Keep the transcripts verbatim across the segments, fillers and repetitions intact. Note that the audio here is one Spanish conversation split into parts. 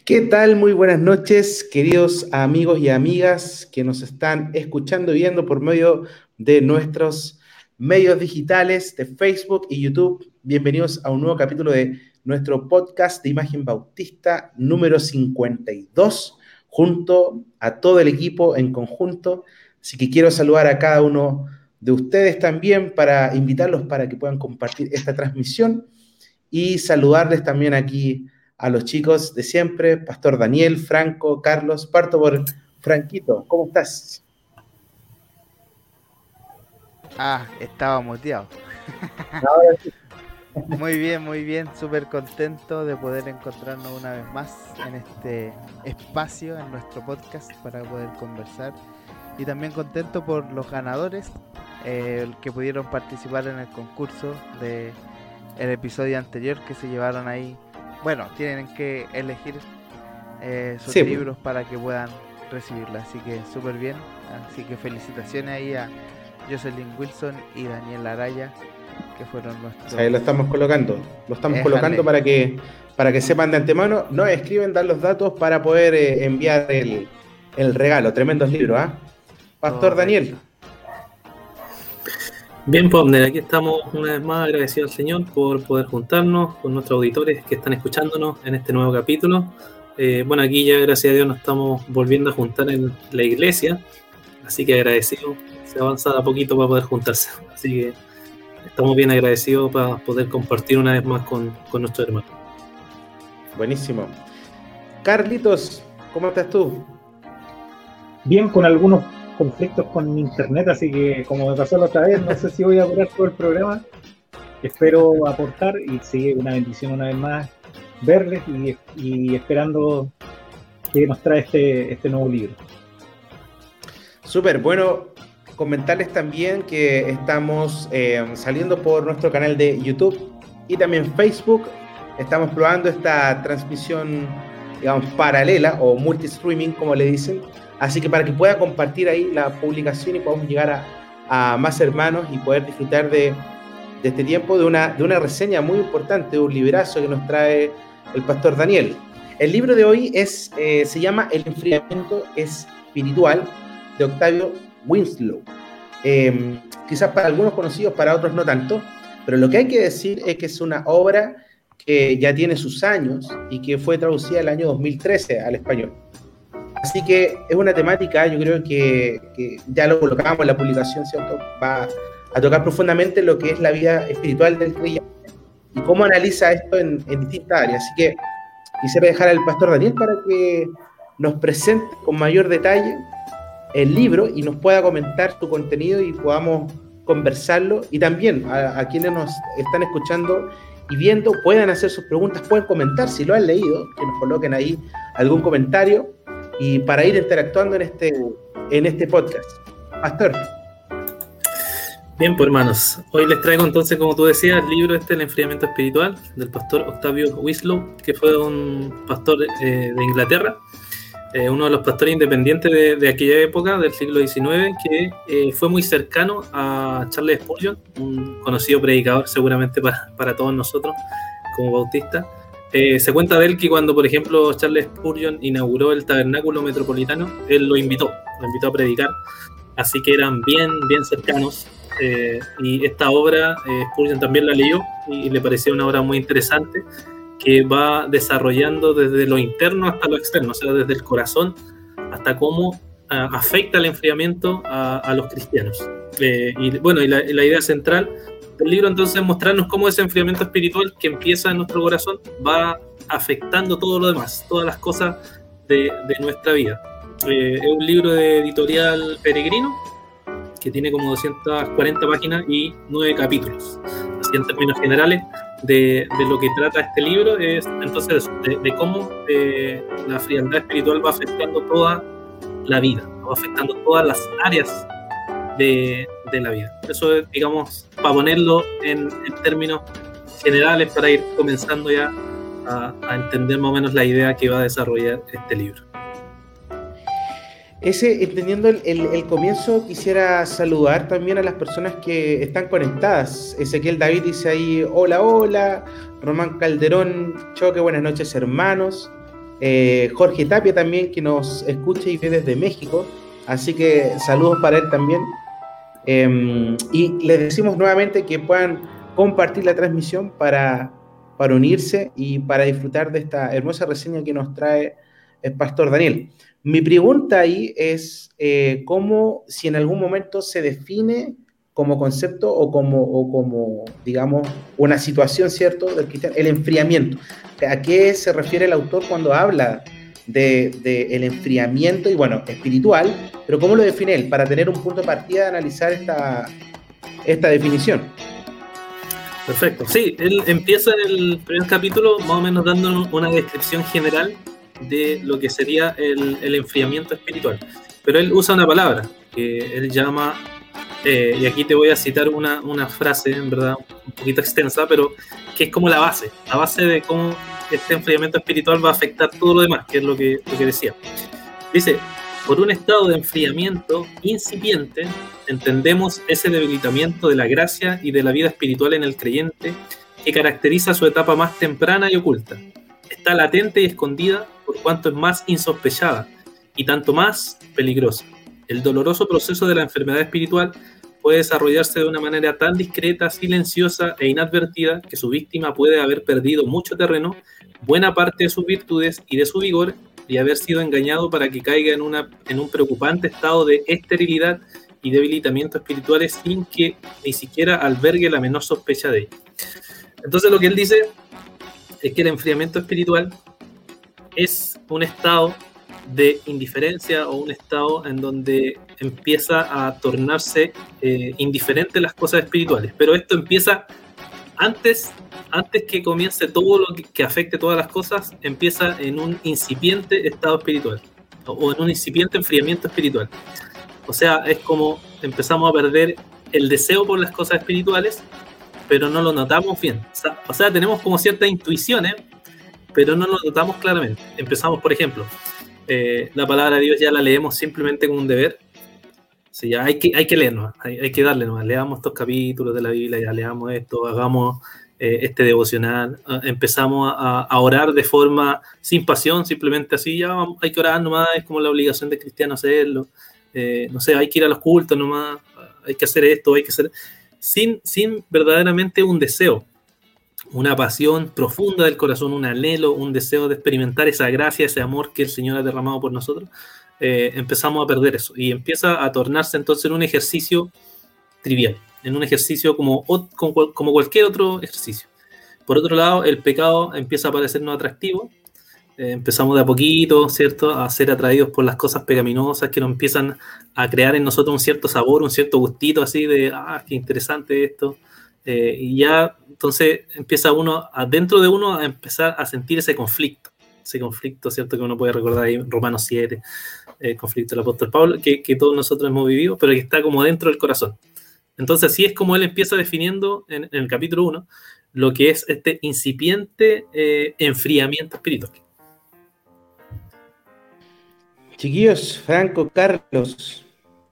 ¿Qué tal? Muy buenas noches, queridos amigos y amigas que nos están escuchando y viendo por medio de nuestros medios digitales de Facebook y YouTube. Bienvenidos a un nuevo capítulo de nuestro podcast de Imagen Bautista número cincuenta y dos, junto a todo el equipo en conjunto. Así que quiero saludar a cada uno de ustedes también para invitarlos para que puedan compartir esta transmisión y saludarles también aquí a los chicos de siempre, Pastor Daniel, Franco, Carlos. Parto por Franquito, ¿cómo estás? Ah, estaba muteado. Ahora sí. Muy bien, muy bien, súper contento de poder encontrarnos una vez más en este espacio, en nuestro podcast, para poder conversar. Y también contento por los ganadores eh, que pudieron participar en el concurso del episodio anterior, que se llevaron ahí. Bueno, tienen que elegir eh, sus Sí. libros para que puedan recibirla, así que súper bien. Así que felicitaciones ahí a Jocelyn Wilson y Daniel Araya, que fueron nuestros... Ahí lo estamos colocando, lo estamos Éjale. colocando para que, para que sepan de antemano. Nos escriben, dan los datos para poder eh, enviar el, el regalo. Tremendos libros, ¿ah? ¿eh? Pastor Correcto. Daniel. Bien, Pomner, aquí estamos una vez más agradecidos al Señor por poder juntarnos con nuestros auditores que están escuchándonos en este nuevo capítulo. Eh, bueno, aquí ya gracias a Dios nos estamos volviendo a juntar en la iglesia, así que agradecidos, se avanza a poquito para poder juntarse, así que estamos bien agradecidos para poder compartir una vez más con, con nuestros hermanos. Buenísimo. Carlitos, ¿cómo estás tú? Bien, con algunos conflictos con internet, así que como me pasó la otra vez, no sé si voy a durar todo el programa. Espero aportar y sí, una bendición una vez más verles y, y esperando que nos trae este, este nuevo libro. Súper, bueno, comentarles también que estamos eh, saliendo por nuestro canal de YouTube y también Facebook. Estamos probando esta transmisión, digamos, paralela o multi-streaming, como le dicen. Así que para que pueda compartir ahí la publicación y podamos llegar a, a más hermanos y poder disfrutar de, de este tiempo, de una, de una reseña muy importante, de un librazo que nos trae el Pastor Daniel. El libro de hoy es, eh, se llama El enfriamiento espiritual, de Octavio Winslow. Eh, quizás para algunos conocidos, para otros no tanto, pero lo que hay que decir es que es una obra que ya tiene sus años y que fue traducida el año dos mil trece al español. Así que es una temática, yo creo que, que ya lo colocamos en la publicación, ¿cierto? Va a tocar profundamente lo que es la vida espiritual del creyente y cómo analiza esto en, en distintas áreas. Así que quisiera dejar al Pastor Daniel para que nos presente con mayor detalle el libro y nos pueda comentar su contenido y podamos conversarlo. Y también a, a quienes nos están escuchando y viendo puedan hacer sus preguntas, pueden comentar si lo han leído, que nos coloquen ahí algún comentario y para ir interactuando en este, en este podcast. Pastor. Bien, pues hermanos, hoy les traigo entonces, como tú decías, el libro este, El enfriamiento espiritual, del pastor Octavio Winslow, que fue un pastor eh, de Inglaterra, eh, uno de los pastores independientes de, de aquella época, del siglo diecinueve, que eh, fue muy cercano a Charles Spurgeon, un conocido predicador seguramente para, para todos nosotros como bautistas. Eh, se cuenta de él que cuando, por ejemplo, Charles Spurgeon inauguró el Tabernáculo Metropolitano, él lo invitó, lo invitó a predicar, así que eran bien, bien cercanos. Eh, y esta obra eh, Spurgeon también la leyó y le pareció una obra muy interesante que va desarrollando desde lo interno hasta lo externo, o sea, desde el corazón hasta cómo uh, afecta el enfriamiento a, a los cristianos. Eh, y bueno, y la, y la idea central del libro entonces es mostrarnos cómo ese enfriamiento espiritual que empieza en nuestro corazón va afectando todo lo demás, todas las cosas de, de nuestra vida. Eh, es un libro de editorial Peregrino que tiene como doscientas cuarenta páginas y nueve capítulos. Así en términos generales de, de lo que trata este libro es entonces de, de cómo eh, la frialdad espiritual va afectando toda la vida, va afectando todas las áreas de, de la vida. Eso es, digamos, para ponerlo en, en términos generales para ir comenzando ya a, a entender más o menos la idea que va a desarrollar este libro. Ese, entendiendo el, el, el comienzo, quisiera saludar también a las personas que están conectadas. Ezequiel David dice ahí, hola, hola. Román Calderón, Choque, buenas noches, hermanos. eh, Jorge Tapia también, que nos escucha y ve desde México, así que saludos para él también. Eh, y les decimos nuevamente que puedan compartir la transmisión para, para unirse y para disfrutar de esta hermosa reseña que nos trae el Pastor Daniel. Mi pregunta ahí es eh, cómo, si en algún momento se define como concepto o como, o como, digamos, una situación, ¿cierto?, del cristiano, el enfriamiento. ¿A qué se refiere el autor cuando habla de, de el enfriamiento y, bueno, espiritual? Pero ¿cómo lo define él? Para tener un punto de partida de analizar esta, esta definición. Perfecto. Sí, él empieza el primer capítulo más o menos dándonos una descripción general de lo que sería el, el enfriamiento espiritual. Pero él usa una palabra que él llama, eh, y aquí te voy a citar una, una frase, en verdad, un poquito extensa, pero que es como la base, la base de cómo este enfriamiento espiritual va a afectar todo lo demás, que es lo que, lo que decía. Dice: por un estado de enfriamiento incipiente, entendemos ese debilitamiento de la gracia y de la vida espiritual en el creyente que caracteriza su etapa más temprana y oculta. Está latente y escondida por cuanto es más insospechada y tanto más peligrosa. El doloroso proceso de la enfermedad espiritual puede desarrollarse de una manera tan discreta, silenciosa e inadvertida que su víctima puede haber perdido mucho terreno, buena parte de sus virtudes y de su vigor, y haber sido engañado para que caiga en, una, en un preocupante estado de esterilidad y debilitamiento espirituales sin que ni siquiera albergue la menor sospecha de ello. Entonces lo que él dice es que el enfriamiento espiritual es un estado de indiferencia o un estado en donde empieza a tornarse eh, indiferente las cosas espirituales, pero esto empieza antes antes que comience todo lo que, que afecte todas las cosas, empieza en un incipiente estado espiritual o, o en un incipiente enfriamiento espiritual. O sea, es como empezamos a perder el deseo por las cosas espirituales, pero no lo notamos bien. O sea, o sea tenemos como ciertas intuiciones, pero no lo notamos claramente. Empezamos, por ejemplo, eh, la palabra de Dios ya la leemos simplemente como un deber. O sea, ya hay que, hay que leernos, hay, hay que darle nomás. Leamos estos capítulos de la Biblia, ya leamos esto, hagamos eh, este devocional, empezamos a, a orar de forma sin pasión, simplemente así, ya vamos, hay que orar nomás, es como la obligación del cristiano hacerlo. Eh, no sé, hay que ir a los cultos nomás, hay que hacer esto, hay que hacer... Sin, sin verdaderamente un deseo, una pasión profunda del corazón, un anhelo, un deseo de experimentar esa gracia, ese amor que el Señor ha derramado por nosotros, eh, empezamos a perder eso y empieza a tornarse entonces en un ejercicio trivial, en un ejercicio como, como, como cualquier otro ejercicio. Por otro lado, el pecado empieza a parecernos atractivo, eh, empezamos de a poquito, ¿cierto?, a ser atraídos por las cosas pecaminosas que nos empiezan a crear en nosotros un cierto sabor, un cierto gustito así de, ah, qué interesante esto. Eh, y ya entonces empieza uno, a, dentro de uno, a empezar a sentir ese conflicto, ese conflicto, ¿cierto?, que uno puede recordar ahí en Romanos siete, el eh, conflicto del apóstol Pablo, que, que todos nosotros hemos vivido, pero que está como dentro del corazón. Entonces así es como él empieza definiendo en, en el capítulo uno lo que es este incipiente eh, enfriamiento espiritual. Chiquillos, Franco, Carlos.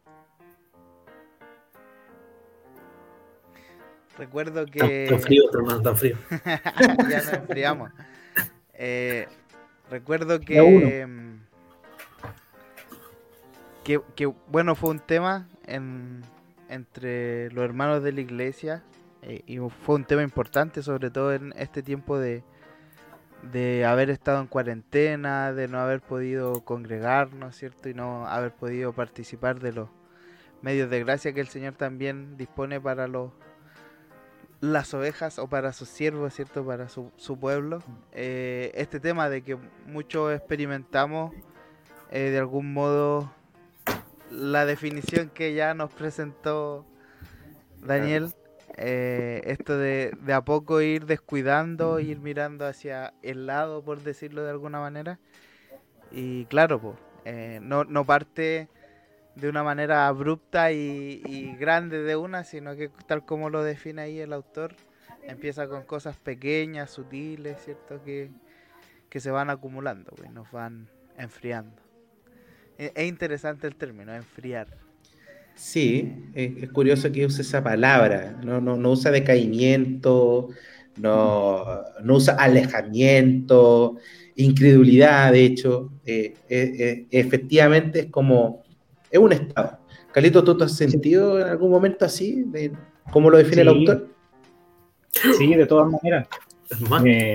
Recuerdo que... Tan, tan frío, hermano, tan frío. Ya nos enfriamos. Eh, recuerdo que, que... Que, bueno, fue un tema en, entre los hermanos de la iglesia, eh, y fue un tema importante, sobre todo en este tiempo de, de haber estado en cuarentena, de no haber podido congregarnos, ¿cierto? Y no haber podido participar de los medios de gracia que el Señor también dispone para los las ovejas o para sus siervos, ¿cierto?, para su, su pueblo. Eh, este tema de que muchos experimentamos eh, de algún modo la definición que ya nos presentó Daniel, eh, esto de, de a poco ir descuidando, ir mirando hacia el lado, por decirlo de alguna manera. Y claro, pues, eh, no, no parte de una manera abrupta y, y grande de una, sino que tal como lo define ahí el autor, empieza con cosas pequeñas, sutiles, ¿cierto?, que, que se van acumulando, pues, nos van enfriando. Es, es interesante el término, enfriar. Sí, es, es curioso que use esa palabra, no, no, no usa decaimiento, no, no usa alejamiento, incredulidad, de hecho, eh, eh, eh, efectivamente es como, es un estado. Carlito, ¿tú te has sentido en algún momento así, de cómo lo define sí. el autor? Sí, de todas maneras. Eh,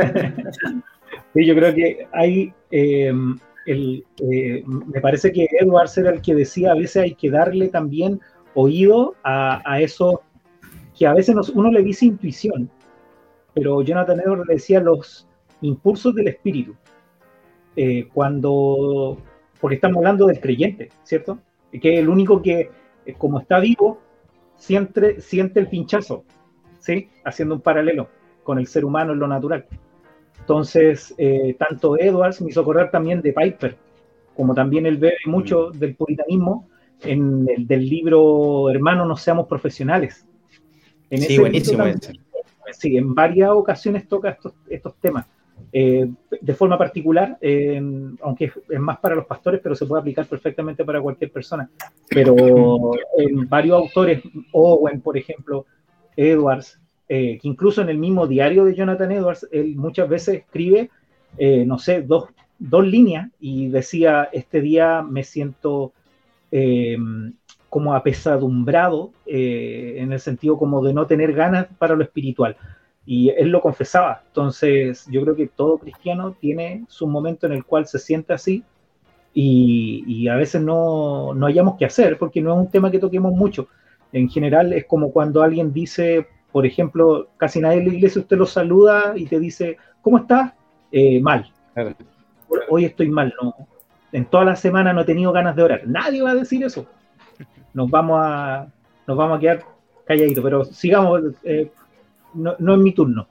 sí, yo creo que hay, eh, el, eh, me parece que Edwards era el que decía, a veces hay que darle también oído a, a eso que a veces nos, uno le dice intuición, pero Jonathan Edwards le decía los impulsos del espíritu, eh, cuando, porque estamos hablando del creyente, ¿cierto? Que es el único que, como está vivo, siente, siente el pinchazo, ¿sí? Haciendo un paralelo con el ser humano en lo natural. Entonces, eh, tanto Edwards me hizo acordar también de Piper, como también él bebe mucho del puritanismo en el del libro Hermanos, no seamos profesionales. En sí, ese buenísimo. También, sí, en varias ocasiones toca estos, estos temas. Eh, de forma particular, eh, aunque es, es más para los pastores, pero se puede aplicar perfectamente para cualquier persona. Pero en varios autores, Owen, por ejemplo, Edwards, eh, que incluso en el mismo diario de Jonathan Edwards, él muchas veces escribe, eh, no sé, dos, dos líneas y decía, este día me siento eh, como apesadumbrado, eh, en el sentido como de no tener ganas para lo espiritual. Y él lo confesaba. Entonces yo creo que todo cristiano tiene su momento en el cual se siente así y, y a veces no, no hayamos qué hacer, porque no es un tema que toquemos mucho. En general es como cuando alguien dice, por ejemplo, casi nadie en la iglesia usted lo saluda y te dice, ¿cómo estás? Eh, mal. Hoy estoy mal, no. En toda la semana no he tenido ganas de orar. Nadie va a decir eso. Nos vamos a, nos vamos a quedar calladitos, pero sigamos, eh, no, no es mi turno.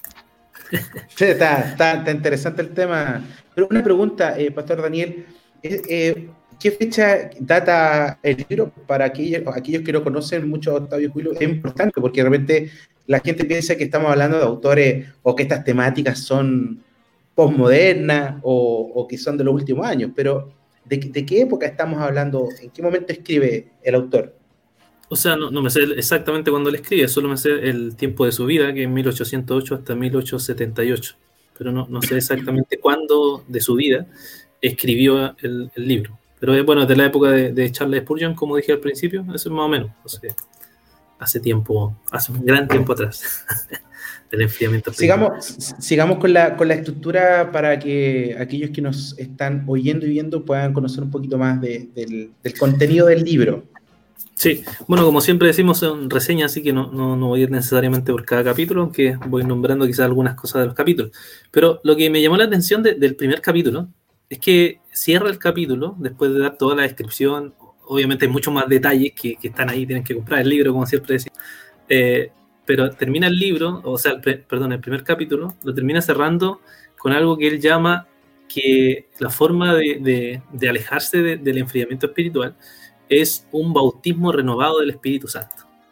Sí, está, está, está interesante el tema. Pero una pregunta, eh, Pastor Daniel, eh, eh, ¿qué fecha data el libro para aquellos, aquellos que no conocen mucho a Octavio Huilo? Es importante porque de repente la gente piensa que estamos hablando de autores o que estas temáticas son postmodernas o, o que son de los últimos años, pero ¿de, de qué época estamos hablando? ¿En qué momento escribe el autor? O sea, no, no me sé exactamente cuándo le escribe, solo me sé el tiempo de su vida, que es mil ochocientos ocho hasta mil ochocientos setenta y ocho, pero no, no sé exactamente cuándo de su vida escribió el, el libro. Pero es bueno, de la época de, de Charles Spurgeon, como dije al principio, eso es más o menos, o sea, hace tiempo, hace un gran tiempo atrás. Del enfriamiento. Sigamos, sigamos con la, con la estructura para que aquellos que nos están oyendo y viendo puedan conocer un poquito más de, del, del contenido del libro. Sí, bueno, como siempre decimos, son reseñas, así que no, no, no voy a ir necesariamente por cada capítulo, aunque voy nombrando quizás algunas cosas de los capítulos. Pero lo que me llamó la atención de, del primer capítulo es que cierra el capítulo, después de dar toda la descripción, obviamente hay muchos más detalles que, que están ahí, tienen que comprar el libro, como siempre decimos. Eh, pero termina el libro, o sea, el pre, perdón, el primer capítulo, lo termina cerrando con algo que él llama que la forma de, de, de alejarse de, del enfriamiento espiritual es un bautismo renovado del Espíritu Santo.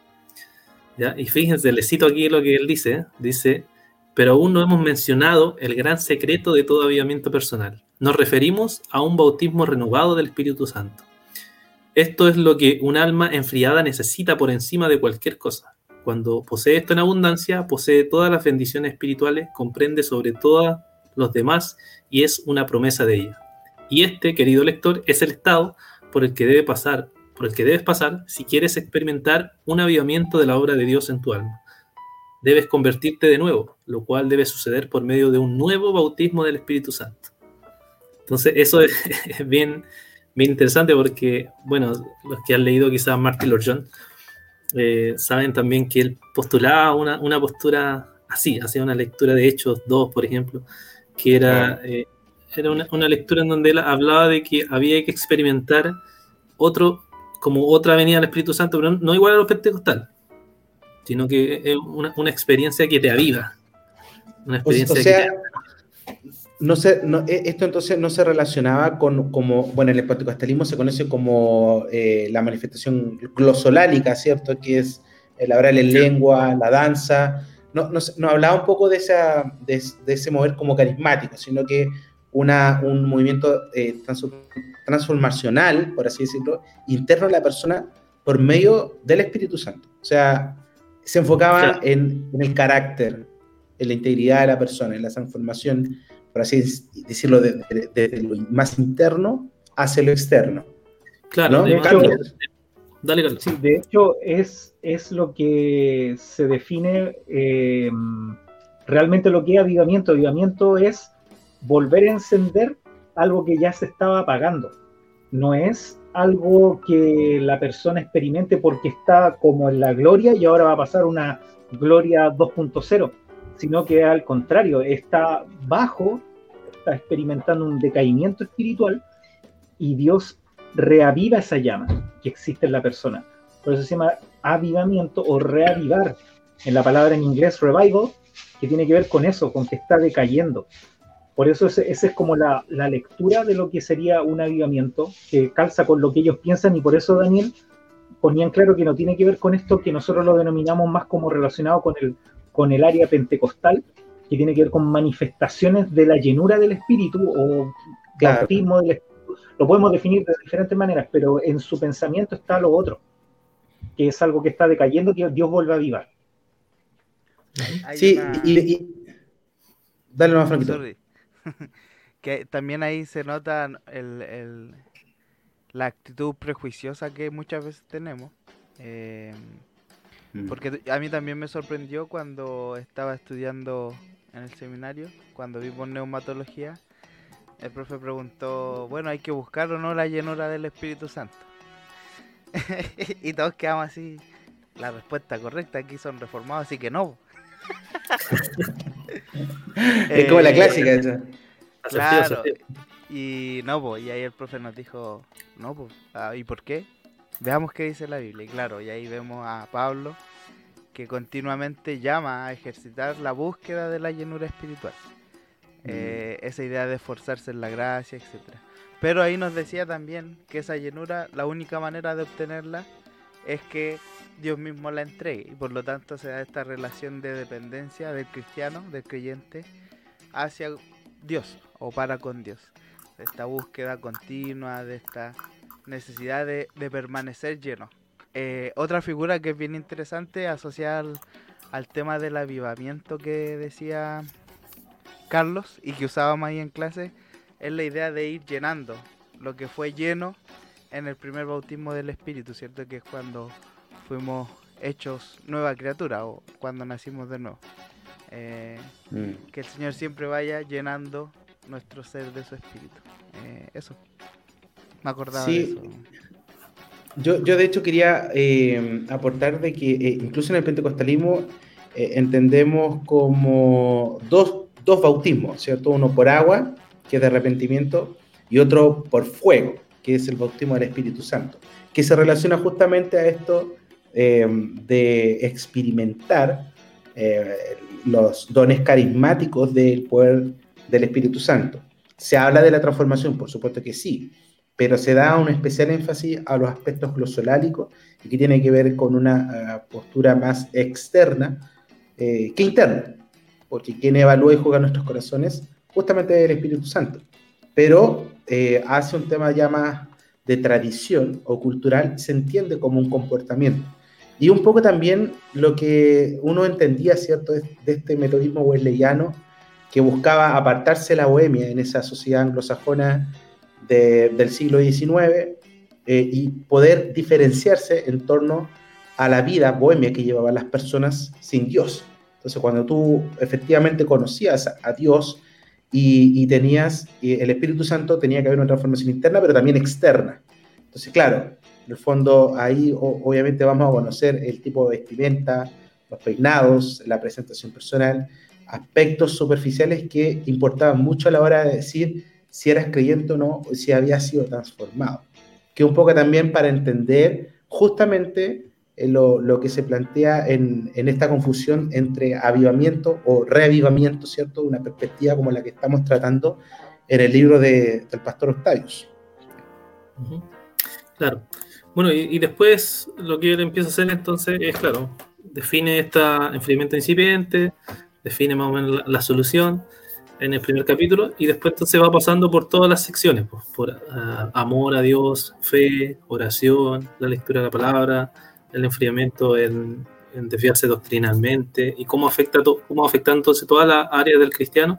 ¿Ya? Y fíjense, le cito aquí lo que él dice, dice, pero aún no hemos mencionado el gran secreto de todo avivamiento personal. Nos referimos a un bautismo renovado del Espíritu Santo. Esto es lo que un alma enfriada necesita por encima de cualquier cosa. Cuando posee esto en abundancia, posee todas las bendiciones espirituales, comprende sobre todas los demás y es una promesa de ella. Y este, querido lector, es el estado por el que debe pasar, por el que debes pasar si quieres experimentar un avivamiento de la obra de Dios en tu alma. Debes convertirte de nuevo, lo cual debe suceder por medio de un nuevo bautismo del Espíritu Santo. Entonces, eso es, es bien, bien interesante porque, bueno, los que han leído quizás Martin Lloyd Jones, Eh, saben también que él postulaba una, una postura así, hacía una lectura de Hechos dos, por ejemplo, que era, eh, era una, una lectura en donde él hablaba de que había que experimentar otro, como otra venida del Espíritu Santo, pero no igual a los pentecostales, sino que es una, una experiencia que te aviva, una experiencia o sea, que te... No se, no, esto entonces no se relacionaba con, como, bueno, el pentecostalismo se conoce como eh, la manifestación glosolálica, ¿cierto? Que es el hablar en lengua, la danza. No, no, no hablaba un poco de, esa, de, de ese mover como carismático, sino que una, un movimiento eh, transformacional, por así decirlo, interno a la persona por medio del Espíritu Santo. O sea, se enfocaba en, en el carácter, en la integridad de la persona, en la transformación por así decirlo, desde de, de, de lo más interno hacia lo externo. Claro, ¿no? de hecho, Carlos. Dale, Carlos. Sí, de hecho es, es lo que se define eh, realmente lo que es avivamiento. Avivamiento es volver a encender algo que ya se estaba apagando. No es algo que la persona experimente porque está como en la gloria y ahora va a pasar una gloria dos punto cero, sino que al contrario, está bajo, está experimentando un decaimiento espiritual y Dios reaviva esa llama que existe en la persona. Por eso se llama avivamiento o reavivar, en la palabra en inglés revival, que tiene que ver con eso, con que está decayendo. Por eso esa ese es como la, la lectura de lo que sería un avivamiento, que calza con lo que ellos piensan, y por eso, Daniel, ponían claro que no tiene que ver con esto que nosotros lo denominamos más como relacionado con el, con el área pentecostal, que tiene que ver con manifestaciones de la llenura del Espíritu o Claro. bautismo del Espíritu. Lo podemos definir de diferentes maneras, pero en su pensamiento está lo otro, que es algo que está decayendo, que Dios vuelve a avivar. Hay Sí, una- y, y- dale más, Franquito. Sorry. Que también ahí se nota el, el- la actitud prejuiciosa que muchas veces tenemos. Eh, Mm. porque t- a mí también me sorprendió cuando estaba estudiando en el seminario, cuando vimos neumatología, el profe preguntó, bueno, ¿hay que buscar o no la llenura del Espíritu Santo? Y todos quedamos así, la respuesta correcta aquí son reformados, así que no. Es como la Eh, clásica esa. Asertivo, Claro, asertivo. y no, pues, y ahí el profe nos dijo, no, pues, ah, ¿y por qué? Veamos qué dice la Biblia. Y claro, y ahí vemos a Pablo que continuamente llama a ejercitar la búsqueda de la llenura espiritual. Eh, esa idea de esforzarse en la gracia, etcétera. Pero ahí nos decía también que esa llenura, la única manera de obtenerla es que Dios mismo la entregue. Y por lo tanto se da esta relación de dependencia del cristiano, del creyente, hacia Dios o para con Dios. De esta búsqueda continua, de esta necesidad de, de permanecer lleno. Eh, otra figura que es bien interesante asociada al, al tema del avivamiento que decía Carlos y que usábamos ahí en clase es la idea de ir llenando lo que fue lleno en el primer bautismo del Espíritu, ¿cierto? Que es cuando fuimos hechos nueva criatura o cuando nacimos de nuevo. Eh, Mm. que el Señor siempre vaya llenando nuestro ser de su Espíritu. Eh, eso. Me acordaba Sí. de eso. Yo, yo de hecho quería eh, aportar de que eh, incluso en el pentecostalismo eh, entendemos como dos, dos bautismos, ¿cierto? Uno por agua, que es de arrepentimiento, y otro por fuego, que es el bautismo del Espíritu Santo, que se relaciona justamente a esto eh, de experimentar eh, los dones carismáticos del poder del Espíritu Santo. ¿Se habla de la transformación? Por supuesto que sí, pero se da un especial énfasis a los aspectos glosolálicos y que tiene que ver con una uh, postura más externa eh, que interna, porque quien evalúa y juega nuestros corazones justamente es el Espíritu Santo, pero eh, hace un tema ya más de tradición o cultural, se entiende como un comportamiento. Y un poco también lo que uno entendía, ¿cierto?, de, de este metodismo wesleyano que buscaba apartarse de la bohemia en esa sociedad anglosajona de, del siglo diecinueve eh, y poder diferenciarse en torno a la vida bohemia que llevaban las personas sin Dios. Entonces, cuando tú efectivamente conocías a, a Dios y, y tenías y el Espíritu Santo, tenía que haber una transformación interna, pero también externa. Entonces, claro, en el fondo ahí o, obviamente vamos a conocer el tipo de vestimenta, los peinados, la presentación personal, aspectos superficiales que importaban mucho a la hora de decir si eras creyente o no, o si habías sido transformado. Que un poco también para entender justamente eh, lo, lo que se plantea en, en esta confusión entre avivamiento o reavivamiento, ¿cierto? Una perspectiva como la que estamos tratando en el libro de, del pastor Octavius. Uh-huh. Claro. Bueno, y, y después lo que él empieza a hacer entonces es, claro, define este enfriamiento incipiente, define más o menos la, la solución en el primer capítulo, y después entonces va pasando por todas las secciones, pues, por uh, amor a Dios, fe, oración, la lectura de la palabra, el enfriamiento en, en desviarse doctrinalmente, y cómo afecta, to, cómo afecta entonces todas las áreas del cristiano,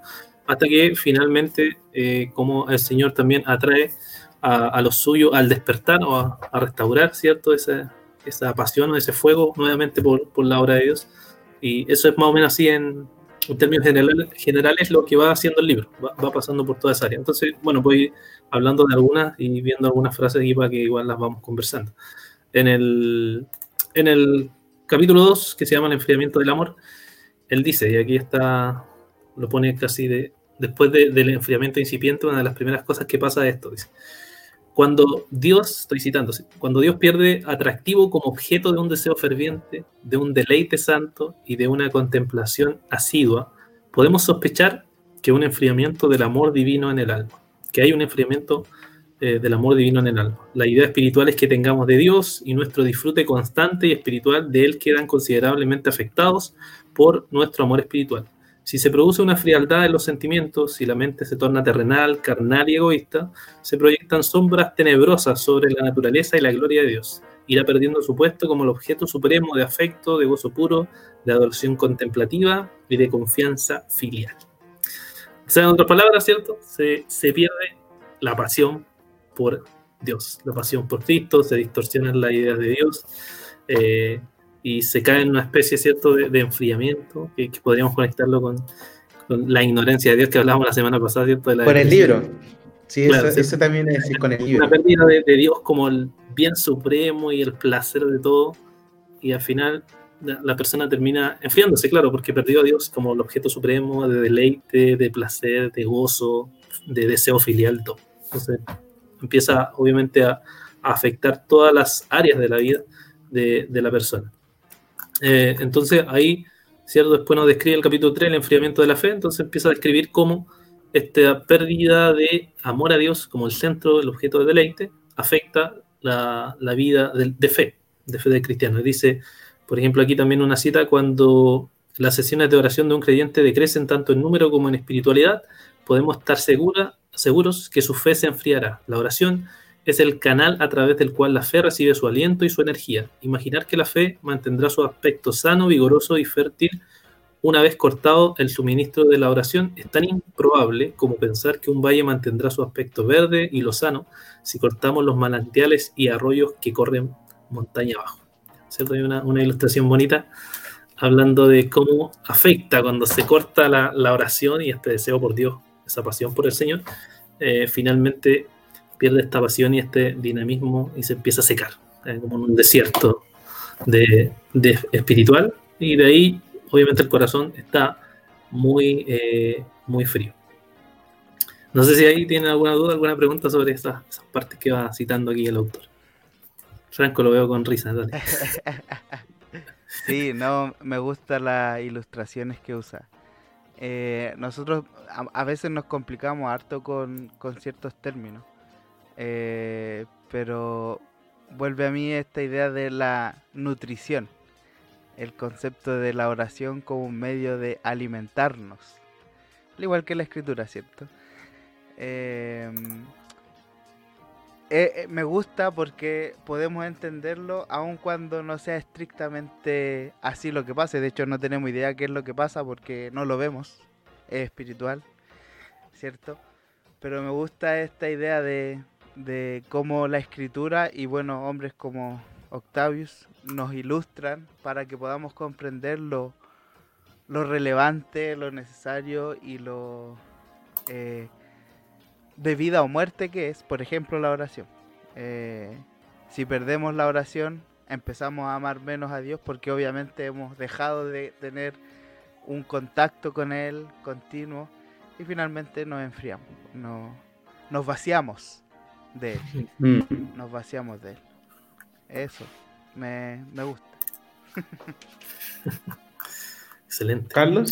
hasta que finalmente, eh, como el Señor también atrae a, a los suyos al despertar o a, a restaurar, ¿cierto? Esa, esa pasión o ese fuego nuevamente por, por la obra de Dios. Y eso es más o menos así en, en términos general, generales lo que va haciendo el libro, va, va pasando por toda esa área. Entonces, bueno, voy hablando de algunas y viendo algunas frases aquí para que igual las vamos conversando. En el, en el capítulo dos, que se llama El enfriamiento del amor, él dice, y aquí está, lo pone casi de, después de, del enfriamiento incipiente, una de las primeras cosas que pasa es esto, dice, cuando Dios, estoy citando, cuando Dios pierde atractivo como objeto de un deseo ferviente, de un deleite santo y de una contemplación asidua, podemos sospechar que un enfriamiento del amor divino en el alma, que hay un enfriamiento eh, del amor divino en el alma. La idea espiritual es que tengamos de Dios y nuestro disfrute constante y espiritual de Él quedan considerablemente afectados por nuestro amor espiritual. Si se produce una frialdad en los sentimientos, si la mente se torna terrenal, carnal y egoísta, se proyectan sombras tenebrosas sobre la naturaleza y la gloria de Dios. Irá perdiendo su puesto como el objeto supremo de afecto, de gozo puro, de adoración contemplativa y de confianza filial. O sea, en otras palabras, ¿cierto? Se, se pierde la pasión por Dios, la pasión por Cristo, se distorsionan las ideas de Dios, eh, y se cae en una especie, ¿cierto?, de, de enfriamiento, que, que podríamos conectarlo con, con la ignorancia de Dios que hablábamos la semana pasada, ¿cierto? De la con el libro. Sí, claro, eso, eso también es decir, con el libro. Una pérdida de, de Dios como el bien supremo y el placer de todo, y al final la, la persona termina enfriándose, claro, porque perdió a Dios como el objeto supremo de deleite, de placer, de gozo, de deseo filial, todo. Entonces empieza obviamente a, a afectar todas las áreas de la vida de, de la persona. Eh, entonces ahí, ¿cierto? Después nos describe el capítulo tres, el enfriamiento de la fe, entonces empieza a describir cómo esta pérdida de amor a Dios como el centro, el objeto de deleite, afecta la, la vida de, de fe, de fe del cristiano. Dice, por ejemplo, aquí también una cita, cuando las sesiones de oración de un creyente decrecen tanto en número como en espiritualidad, podemos estar segura, seguros que su fe se enfriará. La oración es el canal a través del cual la fe recibe su aliento y su energía. Imaginar que la fe mantendrá su aspecto sano, vigoroso y fértil una vez cortado el suministro de la oración es tan improbable como pensar que un valle mantendrá su aspecto verde y lozano si cortamos los manantiales y arroyos que corren montaña abajo. ¿Cierto? Hay una, una ilustración bonita hablando de cómo afecta cuando se corta la, la oración y este deseo por Dios, esa pasión por el Señor, eh, finalmente pierde esta pasión y este dinamismo y se empieza a secar, eh, como en un desierto de, de espiritual, y de ahí obviamente el corazón está muy, eh, muy frío. No sé si ahí tienen alguna duda, alguna pregunta sobre esas, esas partes que va citando aquí el autor. Franco, lo veo con risa, dale. Sí, no, me gustan las ilustraciones que usa. Eh, nosotros a, a veces nos complicamos harto con, con ciertos términos, eh, pero vuelve a mí esta idea de la nutrición, el concepto de la oración como un medio de alimentarnos, al igual que la escritura, ¿cierto? Eh, eh, me gusta porque podemos entenderlo aun cuando no sea estrictamente así lo que pase. De hecho, no tenemos idea qué es lo que pasa porque no lo vemos, es espiritual, ¿cierto? Pero me gusta esta idea de, de cómo la escritura y, bueno, hombres como Octavius nos ilustran para que podamos comprender lo, lo relevante, lo necesario y lo eh, de vida o muerte que es, por ejemplo, la oración. Eh, si perdemos la oración, empezamos a amar menos a Dios porque obviamente hemos dejado de tener un contacto con Él continuo y finalmente nos enfriamos, no, nos vaciamos de Él, mm. nos vaciamos de Él. Eso, me, me gusta. Excelente. ¿Carlos?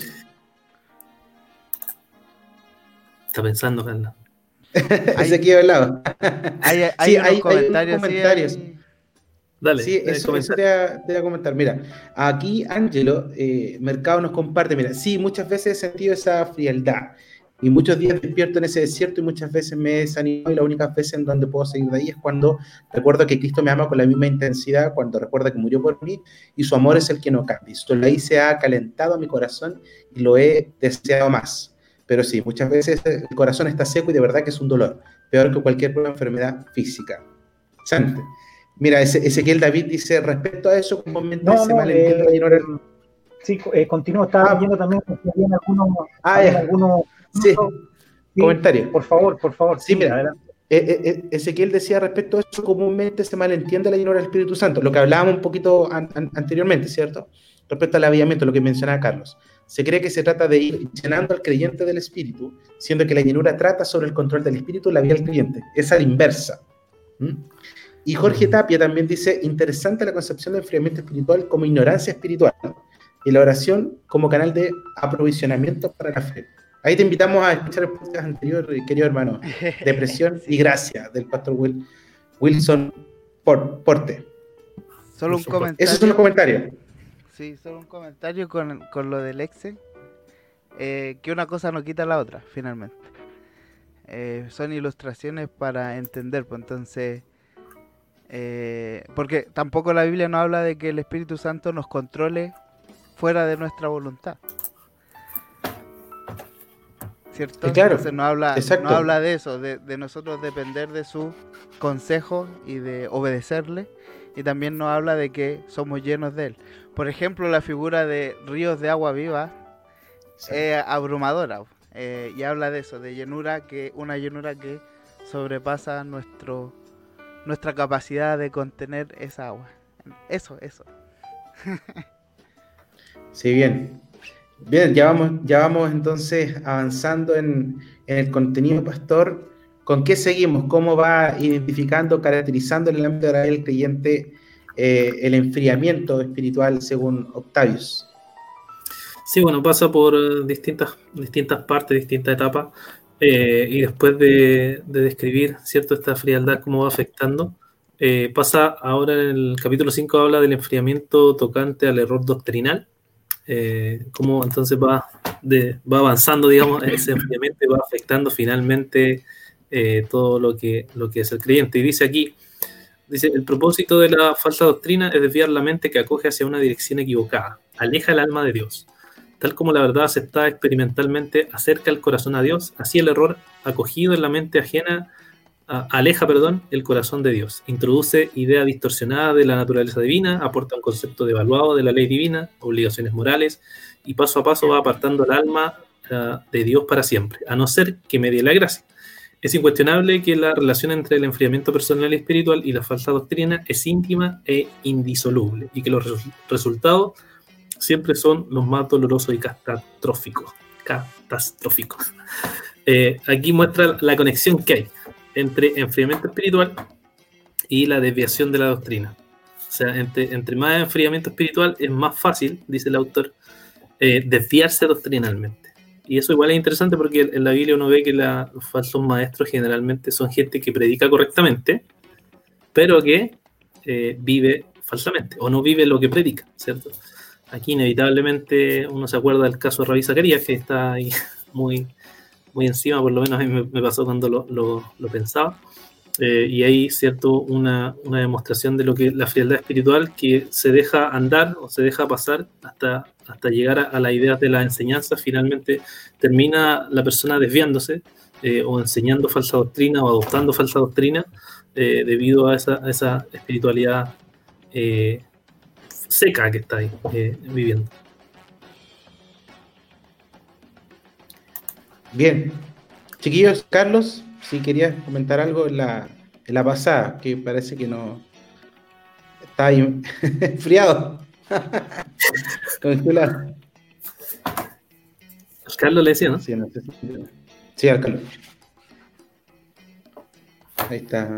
Está pensando, Carlos. Ese aquí al lado. Hay, hay, sí, unos hay, comentarios. Hay comentarios. Sí, hay... Dale, sí, eso, eso te, voy a, te voy a comentar. Mira, aquí Ángelo eh, Mercado nos comparte, mira, sí, muchas veces he sentido esa frialdad y muchos días despierto en ese desierto y muchas veces me he desanimado y las únicas veces en donde puedo seguir de ahí es cuando recuerdo que Cristo me ama con la misma intensidad, cuando recuerda que murió por mí y su amor es el que no cambia. Esto ahí se ha calentado a mi corazón y lo he deseado más. pero sí, muchas veces el corazón está seco y de verdad que es un dolor, peor que cualquier prueba de enfermedad física. Sante. Mira, Ezequiel David dice, respecto a eso, comúnmente No, se no, malentiende eh, la llanura. Sí, eh, continúo, estaba Ah. viendo también si habían algunos, Ah, habían ya. algunos Sí, sí, comentario. por favor, por favor, Sí, sí, mira, adelante. eh, eh, eh, Ezequiel decía respecto a eso, comúnmente se malentiende la llenura del Espíritu Santo, lo que hablábamos un poquito an- an- anteriormente, ¿cierto? Respecto al avivamiento, lo que mencionaba Carlos. Se cree que se trata de ir llenando al creyente del Espíritu, siendo que la llenura trata sobre el control del Espíritu en la vida del creyente. Es a la inversa. ¿Mm? Y Jorge Tapia también dice, interesante la concepción de enfriamiento espiritual como ignorancia espiritual y la oración como canal de aprovisionamiento para la fe. Ahí te invitamos a escuchar el podcast anterior, querido hermano, Depresión Sí. y Gracia, del pastor Will, Wilson Por- Porte. Solo un Eso comentario. es un comentario. Sí, solo un comentario con, con lo del exe. Eh, que una cosa no quita la otra, finalmente. Eh, son ilustraciones para entender, pues entonces... Eh, porque tampoco la Biblia nos habla de que el Espíritu Santo nos controle fuera de nuestra voluntad. ¿Cierto? Eh, claro, Entonces no habla, exacto. no habla de eso, de, de nosotros depender de su consejo y de obedecerle. Y también nos habla de que somos llenos de él. Por ejemplo, la figura de ríos de agua viva Sí. es abrumadora. Eh, y habla de eso, de llenura, que una llenura que sobrepasa nuestro, nuestra capacidad de contener esa agua. Eso, eso. Sí, bien. Bien, ya vamos, ya vamos entonces avanzando en, en el contenido, pastor. ¿Con qué seguimos? ¿Cómo va identificando, caracterizando en el ámbito de la vida del creyente eh, el enfriamiento espiritual según Octavius? Sí, bueno, pasa por eh, distintas, distintas partes, distintas etapas, eh, y después de, de describir, ¿cierto?, esta frialdad, cómo va afectando, eh, pasa ahora en el capítulo cinco, habla del enfriamiento tocante al error doctrinal, eh, cómo entonces va, de, va avanzando, digamos, ese enfriamiento y va afectando finalmente eh, todo lo que, lo que es el creyente. Y dice aquí, dice, el propósito de la falsa doctrina es desviar la mente que acoge hacia una dirección equivocada, aleja el alma de Dios. Tal como la verdad aceptada experimentalmente acerca el corazón a Dios, así el error acogido en la mente ajena a, aleja, perdón, el corazón de Dios. Introduce idea distorsionada de la naturaleza divina, aporta un concepto devaluado de la ley divina, obligaciones morales, y paso a paso va apartando el alma uh, de Dios para siempre, a no ser que medie la gracia. Es incuestionable que la relación entre el enfriamiento personal y espiritual y la falsa doctrina es íntima e indisoluble, y que los resu- resultados siempre son los más dolorosos y catastróficos. catastróficos. Eh, aquí muestra la conexión que hay entre enfriamiento espiritual y la desviación de la doctrina. O sea, entre, entre más enfriamiento espiritual es más fácil, dice el autor, eh, desviarse doctrinalmente. Y eso igual es interesante porque en la Biblia uno ve que la, los falsos maestros generalmente son gente que predica correctamente, pero que eh, vive falsamente, o no vive lo que predica, ¿cierto? Aquí inevitablemente uno se acuerda del caso de Rabí Zacarías, que está ahí muy, muy encima, por lo menos a mí me, me pasó cuando lo, lo, lo pensaba. Eh, y hay, cierto, una, una demostración de lo que la frialdad espiritual que se deja andar o se deja pasar hasta, hasta llegar a, a las ideas de la enseñanza. Finalmente termina la persona desviándose eh, o enseñando falsa doctrina o adoptando falsa doctrina eh, debido a esa, a esa espiritualidad eh, seca que está ahí eh, viviendo. Bien. Chiquillos, Carlos, si querías comentar algo en la, en la pasada, que parece que no está ahí enfriado. Congelado. Carlos le decía, ¿no? Sí, no sé si... sí, al Carlos. Ahí está.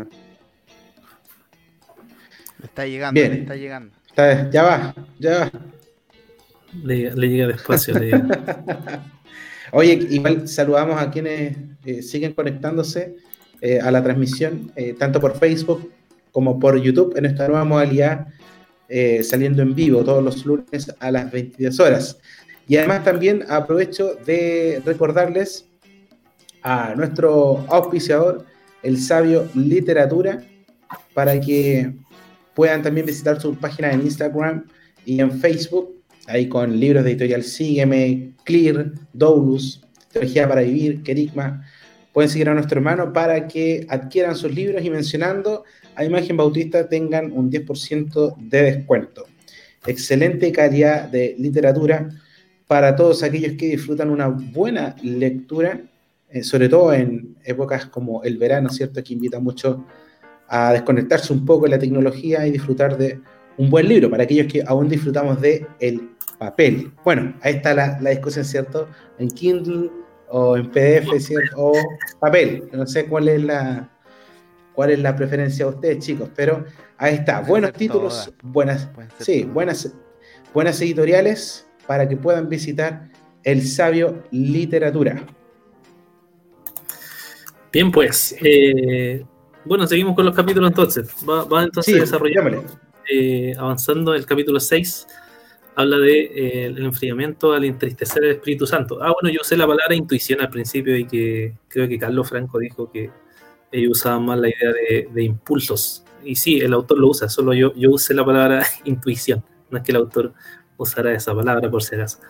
Está llegando, Bien. está llegando. Está, ya va, ya va. Le, le llega despacio. le llega. Oye, igual saludamos a quienes eh, siguen conectándose eh, a la transmisión, eh, tanto por Facebook como por YouTube, en esta nueva modalidad, eh, saliendo en vivo todos los lunes a las veintidós horas. Y además también aprovecho de recordarles a nuestro auspiciador, El Sabio Literatura, para que puedan también visitar su página en Instagram y en Facebook, ahí con libros de editorial Sígueme, Clear, Doulus, Teología para Vivir, Querigma. Pueden seguir a nuestro hermano para que adquieran sus libros y mencionando a Imagen Bautista tengan un diez por ciento de descuento. Excelente calidad de literatura para todos aquellos que disfrutan una buena lectura, eh, sobre todo en épocas como el verano, ¿cierto? Que invita mucho a desconectarse un poco de la tecnología y disfrutar de un buen libro, para aquellos que aún disfrutamos de el papel. Bueno, ahí está la, la discusión, ¿cierto? En Kindle o en P D F, ¿cierto? O papel. No sé cuál es la cuál es la preferencia de ustedes, chicos, pero ahí está. Pueden Buenos ser títulos, todas. buenas, Pueden ser sí, todas. buenas, buenas editoriales para que puedan visitar El Sabio Literatura. Bien, pues. Eh, bueno, seguimos con los capítulos entonces. Va, va entonces Sí, desarrollando, démosle. eh, avanzando el capítulo seis. Habla de eh, el enfriamiento al entristecer el Espíritu Santo. Ah, bueno, yo usé la palabra intuición al principio y que creo que Carlos Franco dijo que ellos usaban más la idea de, de impulsos. Y sí, el autor lo usa, solo yo, yo usé la palabra intuición. No es que el autor usara esa palabra por si acaso.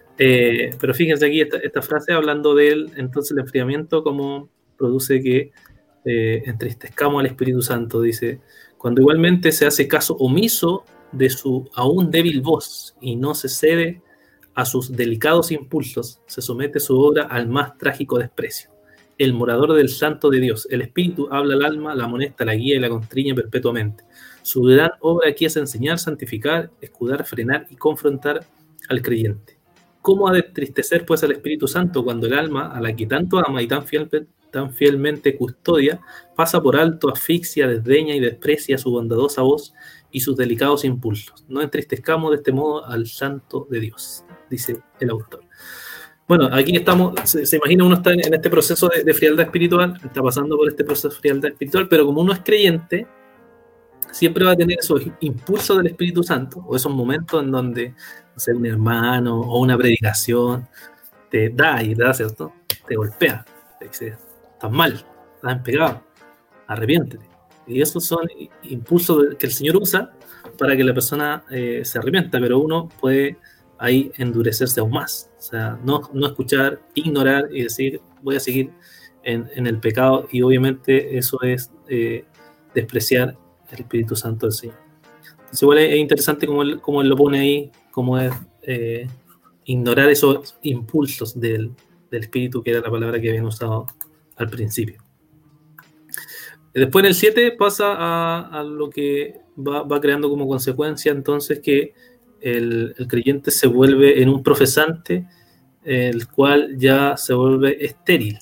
Eh, pero fíjense aquí esta, esta frase hablando del entonces el enfriamiento como produce que eh, entristezcamos al Espíritu Santo. Dice, cuando igualmente se hace caso omiso de su aún débil voz y no se cede a sus delicados impulsos, se somete su obra al más trágico desprecio. El morador del santo de Dios, el Espíritu habla al alma, la amonesta, la guía y la constriñe perpetuamente. Su gran obra aquí es enseñar, santificar, escudar, frenar y confrontar al creyente. ¿Cómo ha de entristecer pues al Espíritu Santo cuando el alma, a la que tanto ama y tan, fiel, tan fielmente custodia, pasa por alto, asfixia, desdeña y desprecia su bondadosa voz y sus delicados impulsos? No entristezcamos de este modo al santo de Dios, dice el autor. Bueno, aquí estamos, se, se imagina uno está en, en este proceso de, de frialdad espiritual, está pasando por este proceso de frialdad espiritual, pero como uno es creyente, siempre va a tener esos impulsos del Espíritu Santo, o esos momentos en donde, no sé, un hermano o una predicación te da y te da, ¿cierto? Te golpea, te dice, estás mal, estás en pecado, arrepiéntete. Y esos son impulsos que el Señor usa para que la persona eh, se arrepienta, pero uno puede ahí endurecerse aún más. O sea, no, no escuchar, ignorar y decir, voy a seguir en, en el pecado, y obviamente eso es eh, despreciar el Espíritu Santo del Señor. Entonces igual es, es interesante como él, como él lo pone ahí, como es eh, ignorar esos impulsos del, del Espíritu, que era la palabra que habían usado al principio. Después en el siete pasa a, a lo que va, va creando como consecuencia entonces que el, el creyente se vuelve en un profesante, el cual ya se vuelve estéril,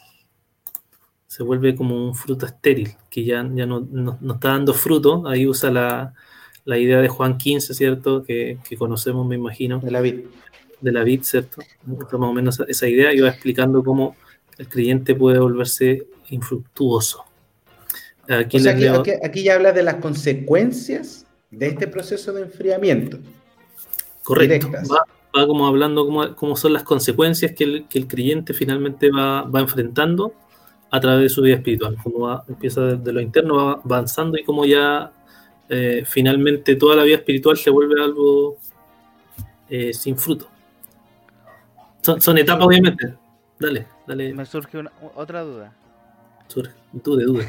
se vuelve como un fruto estéril, que ya, ya no, no, no está dando fruto. Ahí usa la, la idea de Juan quince, ¿cierto? Que, que conocemos, me imagino. De la vid. De la vid, ¿cierto? Más o menos esa, esa idea, y va explicando cómo el creyente puede volverse infructuoso. Aquí, O sea, les aquí, leo... aquí, aquí ya habla de las consecuencias de este proceso de enfriamiento. Correcto, Directas. va, va como hablando cómo, cómo son las consecuencias que el, que el creyente finalmente va, va enfrentando a través de su vida espiritual. Como va, empieza desde lo interno, va avanzando, y cómo ya eh, finalmente toda la vida espiritual se vuelve algo eh, sin fruto. Son, son etapas, obviamente. Dale, dale. Me surge una, otra duda. Surge, dude, dude.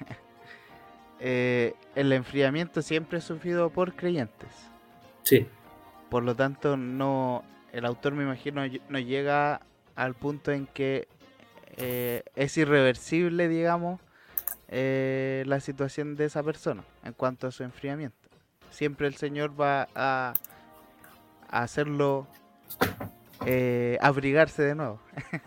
eh, el enfriamiento siempre es sufrido por creyentes. Sí. Por lo tanto, no, el autor, me imagino, no llega al punto en que eh, es irreversible, digamos, eh, la situación de esa persona en cuanto a su enfriamiento. Siempre el Señor va a, a hacerlo eh, abrigarse de nuevo.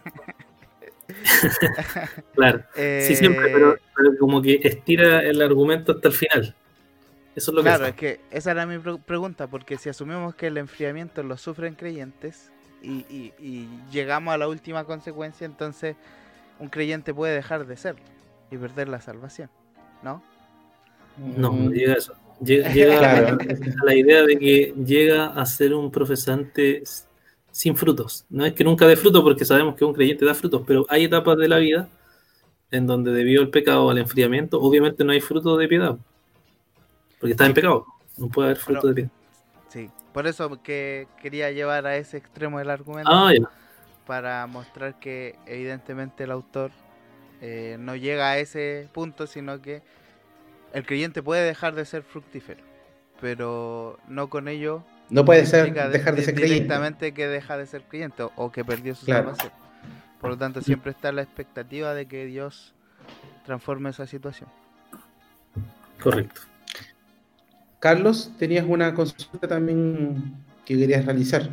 Claro, eh, sí, siempre, pero, pero como que estira el argumento hasta el final. Eso es lo claro, que es que esa era mi pre- pregunta, porque si asumimos que el enfriamiento lo sufren creyentes y, y, y llegamos a la última consecuencia, entonces un creyente puede dejar de serlo y perder la salvación, ¿no? No, no llega a eso. Llega, llega Claro. a la idea de que llega a ser un profesante sin frutos. No es que nunca dé frutos, porque sabemos que un creyente da frutos, pero hay etapas de la vida en donde, debido al pecado o al enfriamiento, obviamente no hay fruto de piedad, porque está en pecado, no puede haber fruto Pero- de piedad. Sí, por eso que quería llevar a ese extremo del argumento. Ah, ya. para mostrar que evidentemente el autor eh, no llega a ese punto, sino que el creyente puede dejar de ser fructífero, pero no con ello No puede ser implica de- dejar de de- ser creyente. directamente que deja de ser creyente o, o que perdió su Claro. salvación. Por lo tanto, siempre está la expectativa de que Dios transforme esa situación. Correcto. Carlos, tenías una consulta también que querías realizar.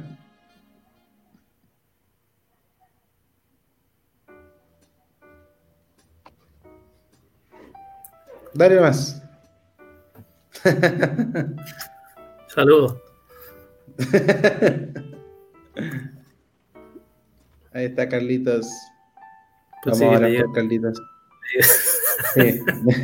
Dale más. Saludos. Ahí está Carlitos. Pues Vamos sí, a que hablar le por Carlitos. Sí.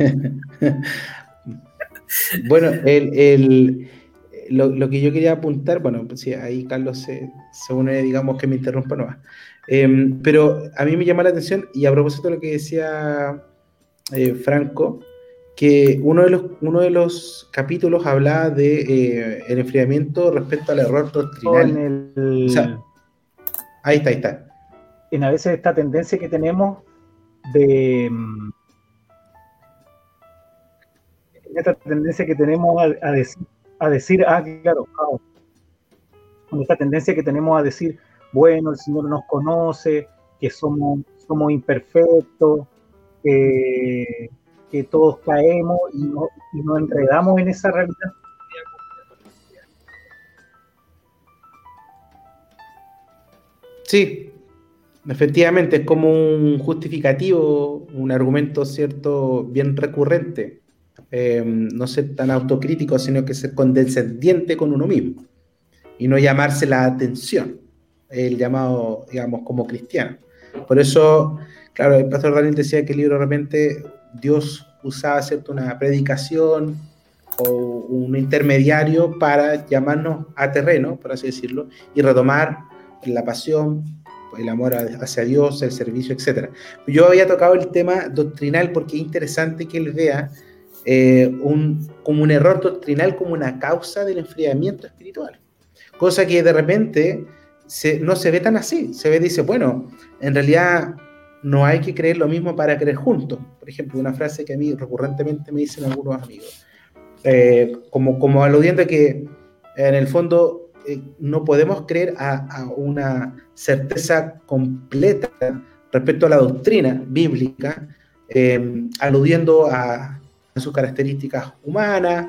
Bueno, el, el- lo, lo que yo quería apuntar, bueno, pues sí, ahí Carlos se, se une, digamos que me interrumpa nomás. Em, pero a mí me llama la atención, y a propósito de lo que decía eh, Franco, que uno de los, uno de los capítulos hablaba de eh, el enfriamiento respecto al error En doctrinal. el, O sea, ahí está, ahí está. en a veces esta tendencia que tenemos de mm, esta tendencia que tenemos a, a decir, a decir, ah, claro, ah, con esta tendencia que tenemos a decir, bueno, el Señor nos conoce, que somos, somos imperfectos, que, que todos caemos y, no, y nos enredamos en esa realidad. Sí, efectivamente, es como un justificativo, un argumento, ¿cierto?, bien recurrente. Eh, no ser tan autocrítico, sino que ser condescendiente con uno mismo y no llamarse la atención, el llamado, digamos, como cristiano. Por eso, claro, el pastor Daniel decía que el libro de repente Dios usaba, ¿cierto?, una predicación o un intermediario para llamarnos a terreno, por así decirlo, y retomar la pasión, el amor hacia Dios, el servicio, etcétera. Yo había tocado el tema doctrinal porque es interesante que él vea eh, un, como un error doctrinal como una causa del enfriamiento espiritual. Cosa que de repente se, no se ve tan así. Se ve, dice, bueno, en realidad no hay que creer lo mismo para creer juntos. Por ejemplo, una frase que a mí recurrentemente me dicen algunos amigos, eh, como, como aludiendo a que en el fondo eh, no podemos creer a, a una certeza completa respecto a la doctrina bíblica, eh, aludiendo a, a sus características humanas,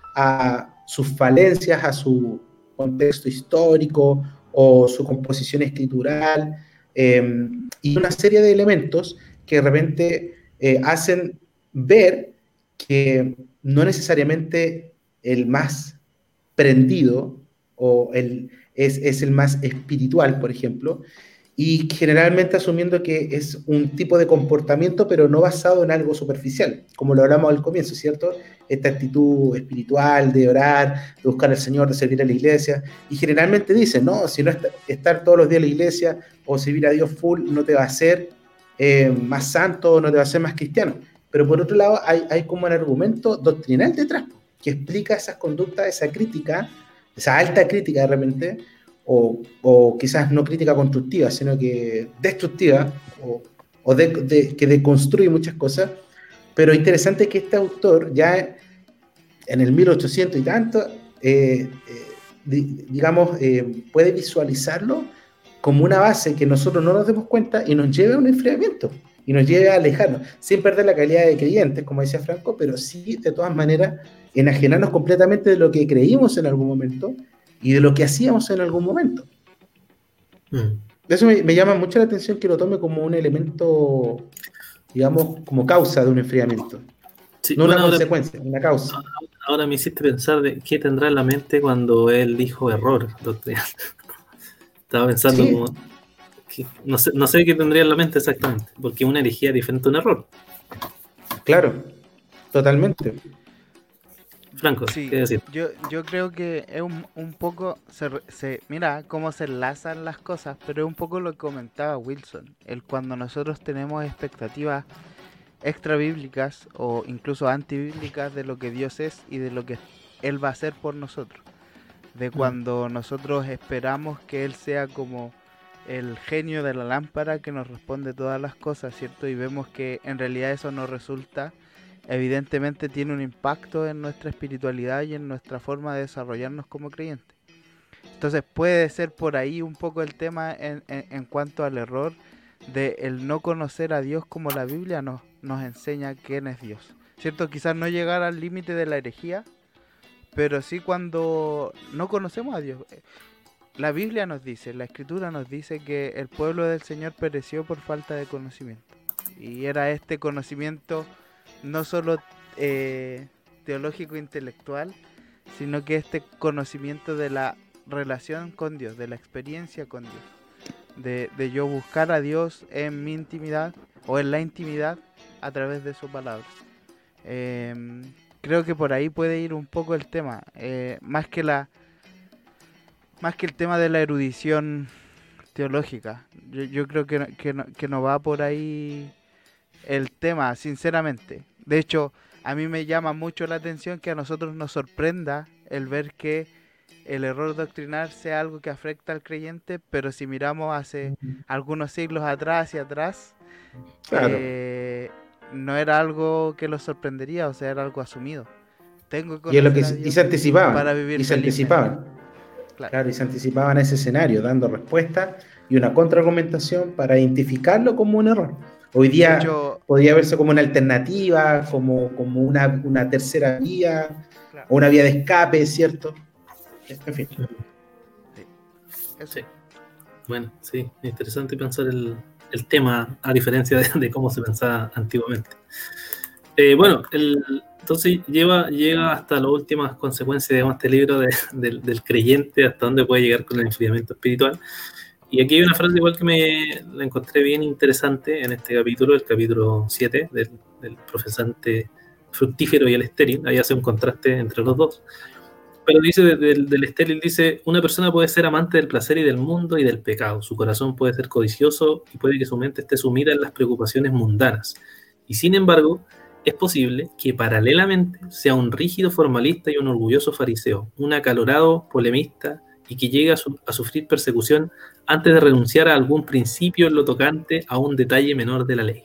a sus falencias, a su contexto histórico o su composición escritural, eh, y una serie de elementos que de repente eh, hacen ver que no necesariamente el más prendido o el, es, es el más espiritual, por ejemplo, y generalmente asumiendo que es un tipo de comportamiento, pero no basado en algo superficial, como lo hablamos al comienzo, ¿cierto? Esta actitud espiritual de orar, de buscar al Señor, de servir a la iglesia, y generalmente dicen, no, si no est estar todos los días en la iglesia o servir a Dios full no te va a hacer eh, más santo, no te va a hacer más cristiano. Pero por otro lado hay, hay como un argumento doctrinal detrás, que explica esas conductas, esa crítica, esa alta crítica de repente, o, o quizás no crítica constructiva, sino que destructiva, o, o de, de, que deconstruye muchas cosas. Pero interesante que este autor ya en el mil ochocientos y tanto, eh, eh, di, digamos, eh, puede visualizarlo como una base que nosotros no nos demos cuenta y nos lleve a un enfriamiento y nos lleve a alejarnos, sin perder la calidad de creyentes, como decía Franco, pero sí, de todas maneras, enajenarnos completamente de lo que creímos en algún momento y de lo que hacíamos en algún momento. Mm. Eso me, me llama mucho la atención que lo tome como un elemento, digamos, como causa de un enfriamiento. Sí, no bueno, una consecuencia, ahora, una causa. Ahora me hiciste pensar de qué tendrá en la mente cuando él dijo error doctrinal. Estaba pensando ¿Sí? como... Que no, sé, no sé qué tendría en la mente exactamente, porque una herejía es diferente a un error. Claro, totalmente. Franco, sí, ¿qué decir? Yo, yo creo que es un, un poco, se, se, mira cómo se enlazan las cosas, pero es un poco lo que comentaba Wilson, el cuando nosotros tenemos expectativas extra bíblicas o incluso antibíblicas de lo que Dios es y de lo que Él va a hacer por nosotros, de cuando mm. nosotros esperamos que Él sea como el genio de la lámpara que nos responde todas las cosas, ¿cierto? Y vemos que en realidad eso no resulta, evidentemente tiene un impacto en nuestra espiritualidad y en nuestra forma de desarrollarnos como creyentes. Entonces puede ser por ahí un poco el tema en, en, en cuanto al error de el no conocer a Dios como la Biblia nos, nos enseña quién es Dios, ¿cierto? Quizás no llegar al límite de la herejía, pero sí cuando no conocemos a Dios. La Biblia nos dice, la Escritura nos dice que el pueblo del Señor pereció por falta de conocimiento. Y era este conocimiento no solo eh, teológico e intelectual, sino que este conocimiento de la relación con Dios, de la experiencia con Dios. De, de yo buscar a Dios en mi intimidad o en la intimidad a través de su palabra. Eh, creo que por ahí puede ir un poco el tema, eh, más que la más que el tema de la erudición teológica. Yo, yo creo que, que, no, que no va por ahí el tema, sinceramente. De hecho, a mí me llama mucho la atención que a nosotros nos sorprenda el ver que el error doctrinal sea algo que afecta al creyente, pero si miramos hace algunos siglos atrás hacia atrás, Claro. eh, no era algo que los sorprendería, o sea, era algo asumido. Tengo que Y es lo que conocer a y Dios se anticipaban. para vivir Y se felizmente. anticipaban. Claro. Claro, y se anticipaban a ese escenario, dando respuesta y una contraargumentación para identificarlo como un error. Hoy día De hecho, podría verse como una alternativa, como, como una, una tercera vía, claro, o una vía de escape, ¿cierto? En fin. sí, eso. Sí. Bueno, sí, es interesante pensar el, el tema a diferencia de, de cómo se pensaba antiguamente. Eh, bueno, el, entonces lleva, llega hasta las últimas consecuencias de este libro de, de, del creyente, hasta dónde puede llegar con el enfriamiento espiritual. Y aquí hay una frase igual que me la encontré bien interesante en este capítulo, el capítulo siete del, del profesante fructífero y el estéril. Ahí hace un contraste entre los dos. Pero dice del, del estéril, dice, una persona puede ser amante del placer y del mundo y del pecado. Su corazón puede ser codicioso y puede que su mente esté sumida en las preocupaciones mundanas. Y sin embargo, es posible que paralelamente sea un rígido formalista y un orgulloso fariseo, un acalorado polemista y que llegue a, su, a sufrir persecución antes de renunciar a algún principio en lo tocante a un detalle menor de la ley.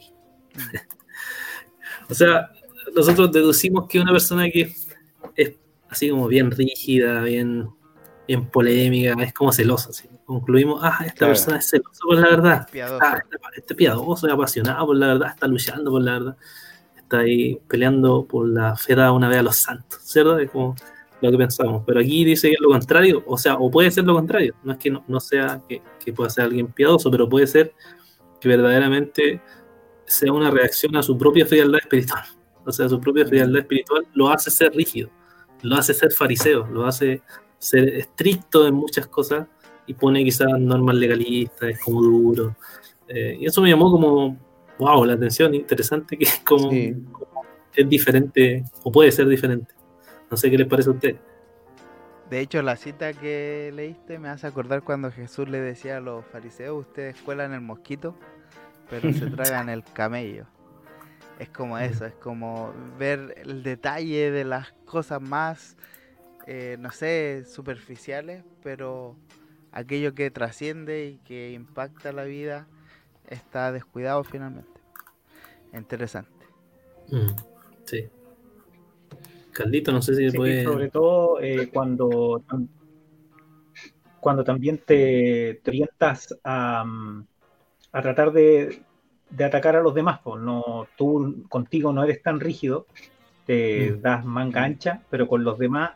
O sea, nosotros deducimos que una persona que es así como bien rígida, bien, bien polémica, es como celosa. ¿Sí? Concluimos, ah, esta claro. persona es celosa por la verdad. Piadoso. Ah, este, este piadoso y apasionado por la verdad, está luchando por la verdad. Está ahí peleando por la fe dada una vez a los santos, ¿cierto? Es como lo que pensamos. Pero aquí dice que es lo contrario, o sea, o puede ser lo contrario. No es que no, no sea que, que pueda ser alguien piadoso, pero puede ser que verdaderamente sea una reacción a su propia frialdad espiritual. O sea, su propia frialdad espiritual lo hace ser rígido, lo hace ser fariseo, lo hace ser estricto en muchas cosas y pone quizás normas legalistas, es como duro. Eh, y eso me llamó como, wow, la atención, interesante, que es como, sí. como es diferente, o puede ser diferente. No sé qué les parece a ustedes. De hecho, la cita que leíste me hace acordar cuando Jesús le decía a los fariseos, ustedes cuelan el mosquito, pero se tragan el camello. Es como eso, es como ver el detalle de las cosas más, eh, no sé, superficiales, pero aquello que trasciende y que impacta la vida está descuidado finalmente. Interesante. Mm, sí. Carlito, no sé si sí, puede... sobre todo eh, cuando, cuando también te, te orientas a, a tratar de, de atacar a los demás, pues no, tú contigo no eres tan rígido, te mm. das manga ancha, pero con los demás...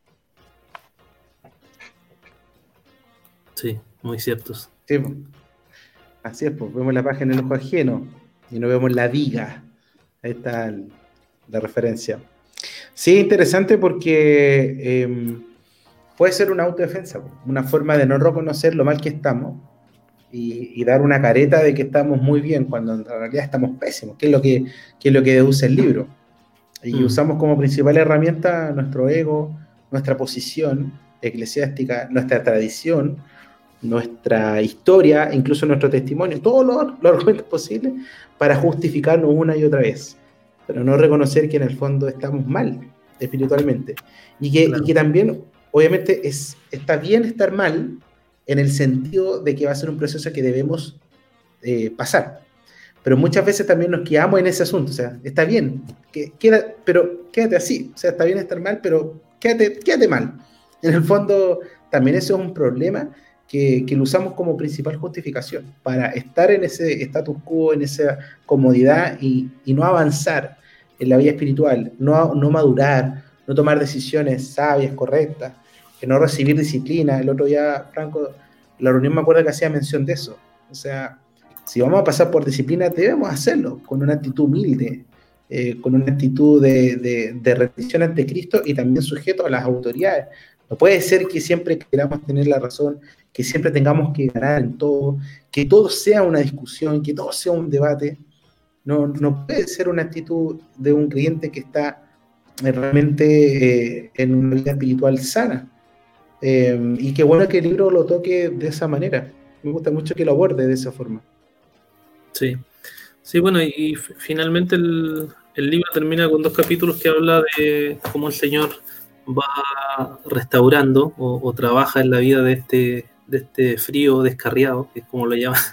Sí, muy ciertos. Sí, así es, pues vemos la página en el ojo ajeno y no vemos la viga. Ahí está el, la referencia. Sí, interesante porque eh, puede ser una autodefensa, una forma de no reconocer lo mal que estamos y, y dar una careta de que estamos muy bien cuando en realidad estamos pésimos, que es lo que, que, es lo que deduce el libro. Y mm. usamos como principal herramienta nuestro ego, nuestra posición eclesiástica, nuestra tradición, nuestra historia, incluso nuestro testimonio, todos los, los argumentos posibles para justificarnos una y otra vez, pero no reconocer que en el fondo estamos mal espiritualmente y que, claro. y que también obviamente es, está bien estar mal, en el sentido de que va a ser un proceso que debemos eh, pasar. Pero muchas veces también nos quedamos en ese asunto, o sea, está bien, que, queda, pero quédate así, o sea, está bien estar mal, pero quédate, quédate mal. En el fondo, también eso es un problema que, que lo usamos como principal justificación para estar en ese status quo, en esa comodidad y, y no avanzar en la vida espiritual, no, no madurar, no tomar decisiones sabias, correctas, que no recibir disciplina. El otro día, Franco, la reunión me acuerdo que hacía mención de eso, o sea, si vamos a pasar por disciplina, debemos hacerlo con una actitud humilde, eh, con una actitud de, de, de rendición ante Cristo y también sujeto a las autoridades. No puede ser que siempre queramos tener la razón, que siempre tengamos que ganar en todo, que todo sea una discusión, que todo sea un debate. No, no puede ser una actitud de un creyente que está realmente eh, en una vida espiritual sana. Eh, y qué bueno que el libro lo toque de esa manera. Me gusta mucho que lo aborde de esa forma. Sí, sí, bueno, y, y finalmente el, el libro termina con dos capítulos que habla de cómo el Señor va restaurando o, o trabaja en la vida de este, de este frío descarriado, que es como lo llaman.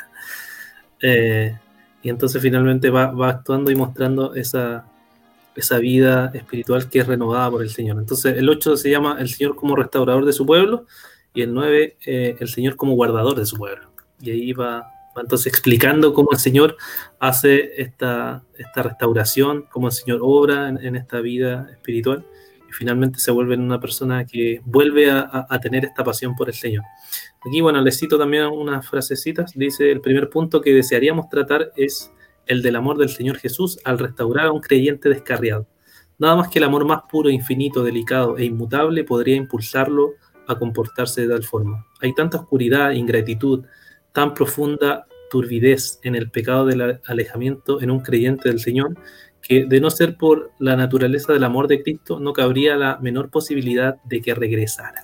eh, y entonces finalmente va, va actuando y mostrando esa, esa vida espiritual que es renovada por el Señor. Entonces el ocho se llama El Señor como restaurador de su pueblo y el nueve eh, El Señor como guardador de su pueblo. Y ahí va... entonces explicando cómo el Señor hace esta, esta restauración, cómo el Señor obra en, en esta vida espiritual y finalmente se vuelve en una persona que vuelve a, a, a tener esta pasión por el Señor. Aquí, bueno, les cito también unas frasecitas. Dice, el primer punto que desearíamos tratar es el del amor del Señor Jesús al restaurar a un creyente descarriado. Nada más que el amor más puro, infinito, delicado e inmutable podría impulsarlo a comportarse de tal forma. Hay tanta oscuridad, ingratitud, tan profunda turbidez en el pecado del alejamiento en un creyente del Señor, que de no ser por la naturaleza del amor de Cristo, no cabría la menor posibilidad de que regresara.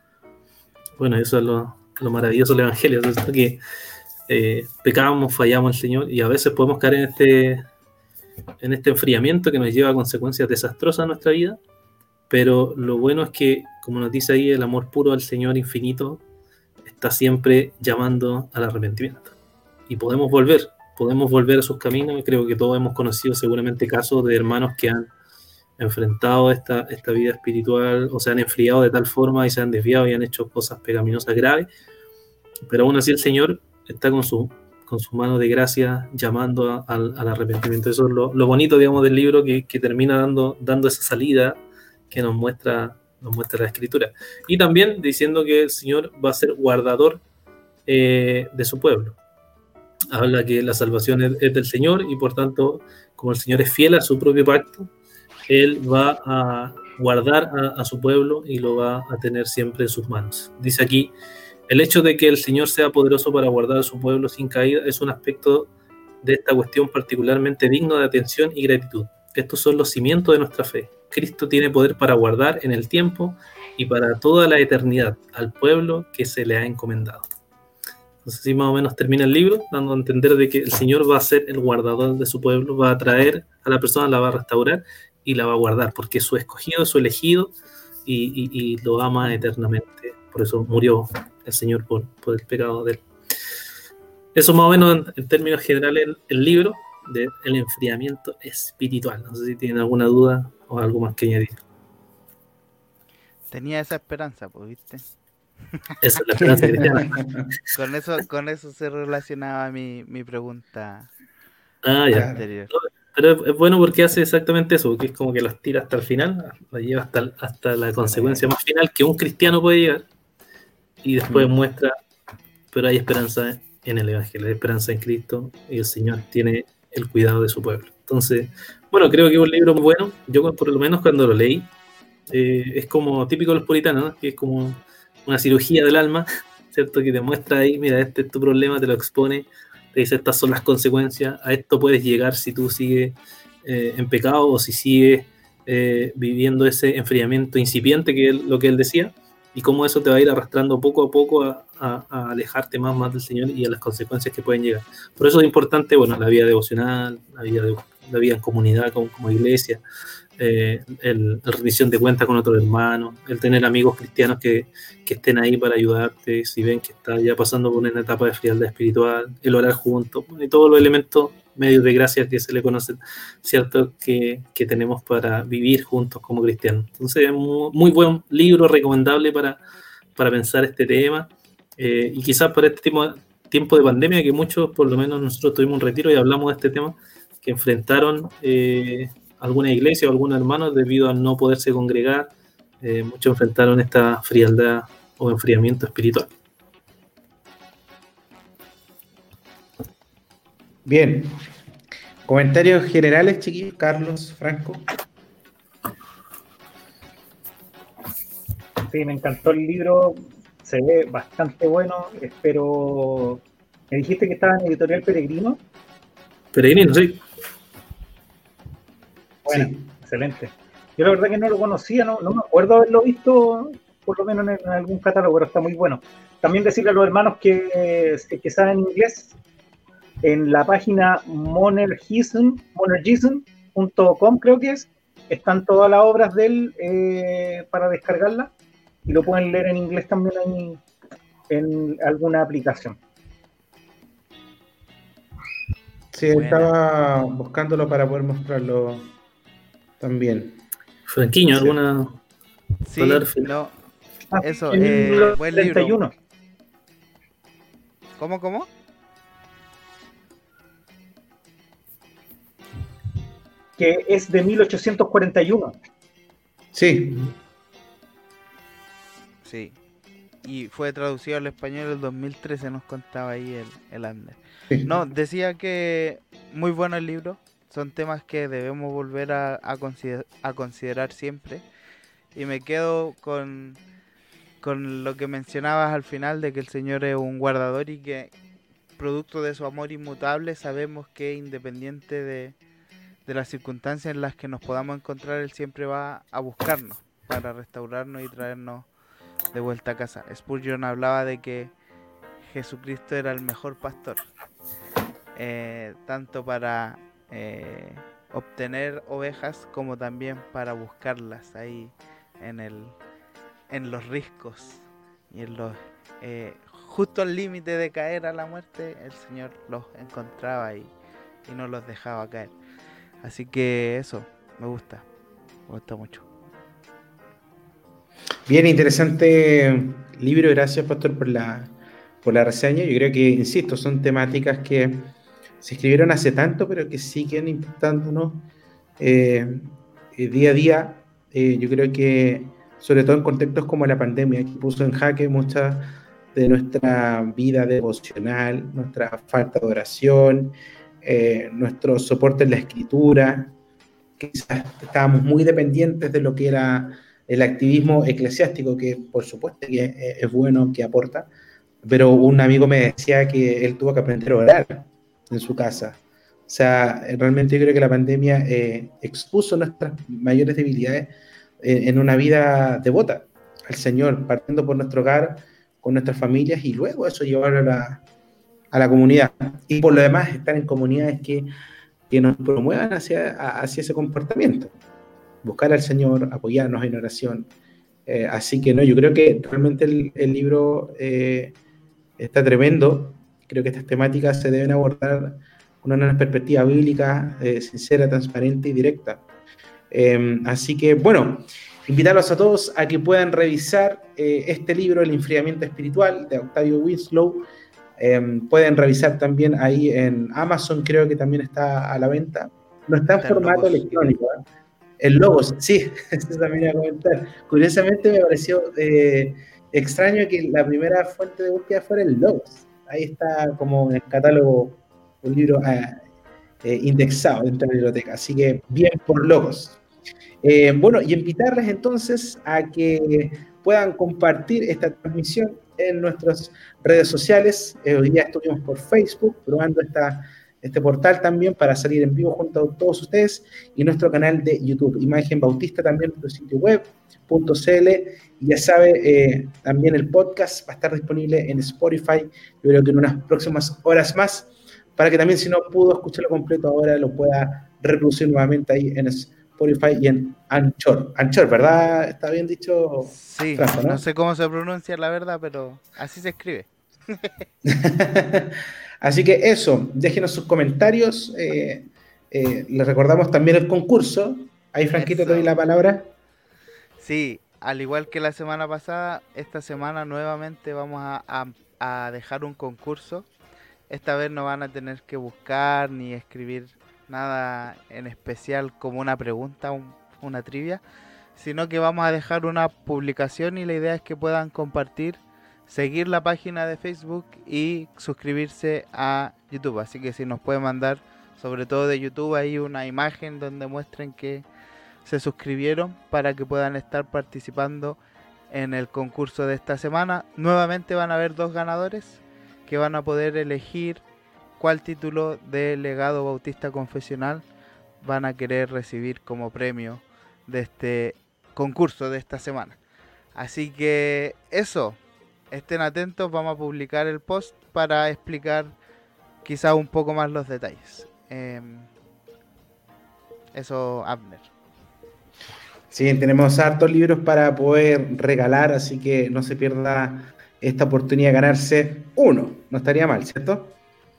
Bueno, eso es lo, lo maravilloso del Evangelio, ¿no? Que eh, pecamos, fallamos al Señor y a veces podemos caer en este, en este enfriamiento que nos lleva a consecuencias desastrosas en nuestra vida, pero lo bueno es que, como nos dice ahí, el amor puro al Señor infinito está siempre llamando al arrepentimiento. Y podemos volver, podemos volver a sus caminos. Y creo que todos hemos conocido seguramente casos de hermanos que han enfrentado esta, esta vida espiritual o se han enfriado de tal forma y se han desviado y han hecho cosas pecaminosas graves. Pero aún así el Señor está con su, con su mano de gracia llamando a, a, al arrepentimiento. Eso es lo, lo bonito, digamos, del libro que, que termina dando, dando esa salida que nos muestra nos muestra la Escritura, y también diciendo que el Señor va a ser guardador eh, de su pueblo. Habla que la salvación es, es del Señor y por tanto, como el Señor es fiel a su propio pacto, Él va a guardar a, a su pueblo y lo va a tener siempre en sus manos. Dice aquí, el hecho de que el Señor sea poderoso para guardar a su pueblo sin caída es un aspecto de esta cuestión particularmente digno de atención y gratitud. Estos son los cimientos de nuestra fe. Cristo tiene poder para guardar en el tiempo y para toda la eternidad al pueblo que se le ha encomendado. Entonces, así más o menos termina el libro, dando a entender de que el Señor va a ser el guardador de su pueblo, va a traer a la persona, la va a restaurar y la va a guardar, porque es su escogido, es su elegido y, y, y lo ama eternamente. Por eso murió el Señor por, por el pecado de él. Eso más o menos en, en términos generales el, el libro del enfriamiento espiritual. No sé si tienen alguna duda o algo más que añadir. Tenía esa esperanza, pues, ¿viste? Esa es la esperanza cristiana. Con eso, con eso se relacionaba mi, mi pregunta Ah, ya. anterior. No, pero es, es bueno porque hace exactamente eso, que es como que las tira hasta el final, la lleva hasta, el- hasta la consecuencia más final que un cristiano puede llegar, y después Mm. muestra, pero hay esperanza en el Evangelio, hay esperanza en Cristo, y el Señor tiene el cuidado de su pueblo. Entonces, bueno, creo que es un libro muy bueno. Yo por lo menos cuando lo leí, eh, es como típico de los puritanos, ¿no? Que es como una cirugía del alma, ¿cierto? Que te muestra ahí, mira, este es tu problema, te lo expone, te dice estas son las consecuencias, a esto puedes llegar si tú sigues eh, en pecado o si sigues eh, viviendo ese enfriamiento incipiente, que es lo que él decía, y cómo eso te va a ir arrastrando poco a poco a, a, a alejarte más, más del Señor y a las consecuencias que pueden llegar. Por eso es importante, bueno, la vida devocional, la vida, de, la vida en comunidad como, como iglesia, eh, el, la rendición de cuentas con otros hermanos, el tener amigos cristianos que, que estén ahí para ayudarte si ven que estás ya pasando por una etapa de frialdad espiritual, el orar juntos, y todos los elementos, medios de gracia que se le conocen, ¿cierto? Que, que tenemos para vivir juntos como cristianos. Entonces, es muy, muy buen libro, recomendable para, para pensar este tema, eh, y quizás para este tipo, tiempo de pandemia, que muchos, por lo menos nosotros tuvimos un retiro y hablamos de este tema, que enfrentaron eh, alguna iglesia o algunos hermanos debido a no poderse congregar, eh, muchos enfrentaron esta frialdad o enfriamiento espiritual. Bien. Comentarios generales, chiquillos. Carlos, Franco. Sí, me encantó el libro. Se ve bastante bueno. Espero. Me dijiste que estaba en Editorial Peregrino. Peregrino, sí. Bueno, Sí. Excelente. Yo la verdad que no lo conocía, no, no me acuerdo haberlo visto, por lo menos en, en algún catálogo, pero está muy bueno. También decirle a los hermanos que, que saben inglés, en la página monergism punto com creo que es, están todas las obras de él eh, para descargarlas, y lo pueden leer en inglés también ahí en alguna aplicación. Sí, Buena. estaba buscándolo para poder mostrarlo también. Franquiño, Sí. ¿alguna Sí, palabra final? no, Ah, eso, en eh, el buen treinta y libro. uno, ¿Cómo, cómo? que es de mil ochocientos cuarenta y uno. Sí, Sí. Y fue traducido al español en el dos mil trece, nos contaba ahí el, el Ander. sí. No, decía que muy bueno el libro. Son temas que debemos volver a, a, consider- a considerar siempre. Y me quedo con, con lo que mencionabas al final, de que el Señor es un guardador y que, producto de su amor inmutable, sabemos que independiente de, de las circunstancias en las que nos podamos encontrar, Él siempre va a buscarnos para restaurarnos y traernos de vuelta a casa. Spurgeon hablaba de que Jesucristo era el mejor pastor, eh, tanto para eh, obtener ovejas como también para buscarlas ahí en el en los riscos y en los eh, justo al límite de caer a la muerte. El Señor los encontraba y, y no los dejaba caer. Así que eso me gusta, me gusta mucho. Bien interesante libro, gracias Pastor por la, por la reseña. Yo creo que, insisto, son temáticas que se escribieron hace tanto, pero que siguen impactándonos eh, eh, día a día. Eh, yo creo que, sobre todo en contextos como la pandemia, que puso en jaque mucha de nuestra vida devocional, nuestra falta de oración, eh, nuestro soporte en la escritura. Quizás estábamos muy dependientes de lo que era el activismo eclesiástico, que por supuesto que es bueno, que aporta, pero un amigo me decía que él tuvo que aprender a orar en su casa. O sea, realmente yo creo que la pandemia eh, expuso nuestras mayores debilidades eh, en una vida devota al Señor, partiendo por nuestro hogar, con nuestras familias, y luego eso llevarlo a la, a la comunidad. Y por lo demás, estar en comunidades que que nos promuevan hacia, hacia ese comportamiento, buscar al Señor, apoyarnos en oración. Eh, así que no, yo creo que realmente el, el libro eh, está tremendo. Creo que estas temáticas se deben abordar con una perspectiva bíblica eh, sincera, transparente y directa. Eh, así que, bueno, invitarlos a todos a que puedan revisar eh, este libro, El enfriamiento espiritual, de Octavio Winslow. Eh, pueden revisar también ahí en Amazon, creo que también está a la venta. No está en Está en formato Logos. electrónico, ¿eh? En Logos, sí, eso también iba a comentar. Curiosamente me pareció eh, extraño que la primera fuente de búsqueda fuera el Logos. Ahí está como en el catálogo un libro eh, eh, indexado dentro de la biblioteca, así que bien por Logos. Eh, bueno, y invitarles entonces a que puedan compartir esta transmisión en nuestras redes sociales. Eh, hoy día estuvimos por Facebook probando esta, este portal también para salir en vivo junto a todos ustedes y nuestro canal de YouTube, Imagen Bautista, también nuestro sitio web, .cl, y ya sabe, eh, también el podcast va a estar disponible en Spotify, yo creo que en unas próximas horas más, para que también si no pudo escucharlo completo ahora lo pueda reproducir nuevamente ahí en Spotify y en Anchor. Anchor, ¿verdad? ¿Está bien dicho, Sí, Franco, no no? sé cómo se pronuncia la verdad, pero así se escribe. Así que eso, déjenos sus comentarios. Eh, eh, les recordamos también el concurso. Ahí, Franquito, te doy Eso. la palabra. Sí, al igual que la semana pasada, esta semana nuevamente vamos a, a- a dejar un concurso. Esta vez no van a tener que buscar ni escribir nada en especial como una pregunta, un- una trivia, sino que vamos a dejar una publicación y la idea es que puedan compartir, seguir la página de Facebook y suscribirse a YouTube. Así que si nos pueden mandar, sobre todo de YouTube, ahí una imagen donde muestren que se suscribieron para que puedan estar participando en el concurso de esta semana. Nuevamente van a haber dos ganadores que van a poder elegir cuál título de legado bautista confesional van a querer recibir como premio de este concurso de esta semana. Así que eso, estén atentos, vamos a publicar el post para explicar quizá un poco más los detalles. Eh, eso, Abner. Sí, tenemos hartos libros para poder regalar, así que no se pierda esta oportunidad de ganarse uno. No estaría mal, ¿cierto?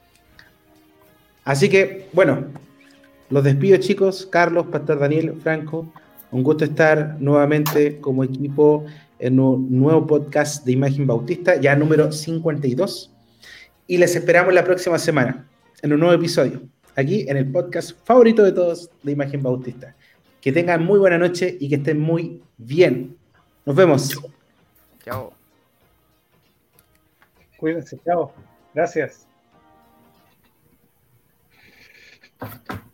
Así que, bueno, los despido, chicos. Carlos, Pastor Daniel, Franco. Un gusto estar nuevamente como equipo en un nuevo podcast de Imagen Bautista, ya número cincuenta y dos. Y les esperamos la próxima semana en un nuevo episodio, aquí en el podcast favorito de todos de Imagen Bautista. Que tengan muy buena noche y que estén muy bien. Nos vemos. Chao. Cuídense, chao. Gracias.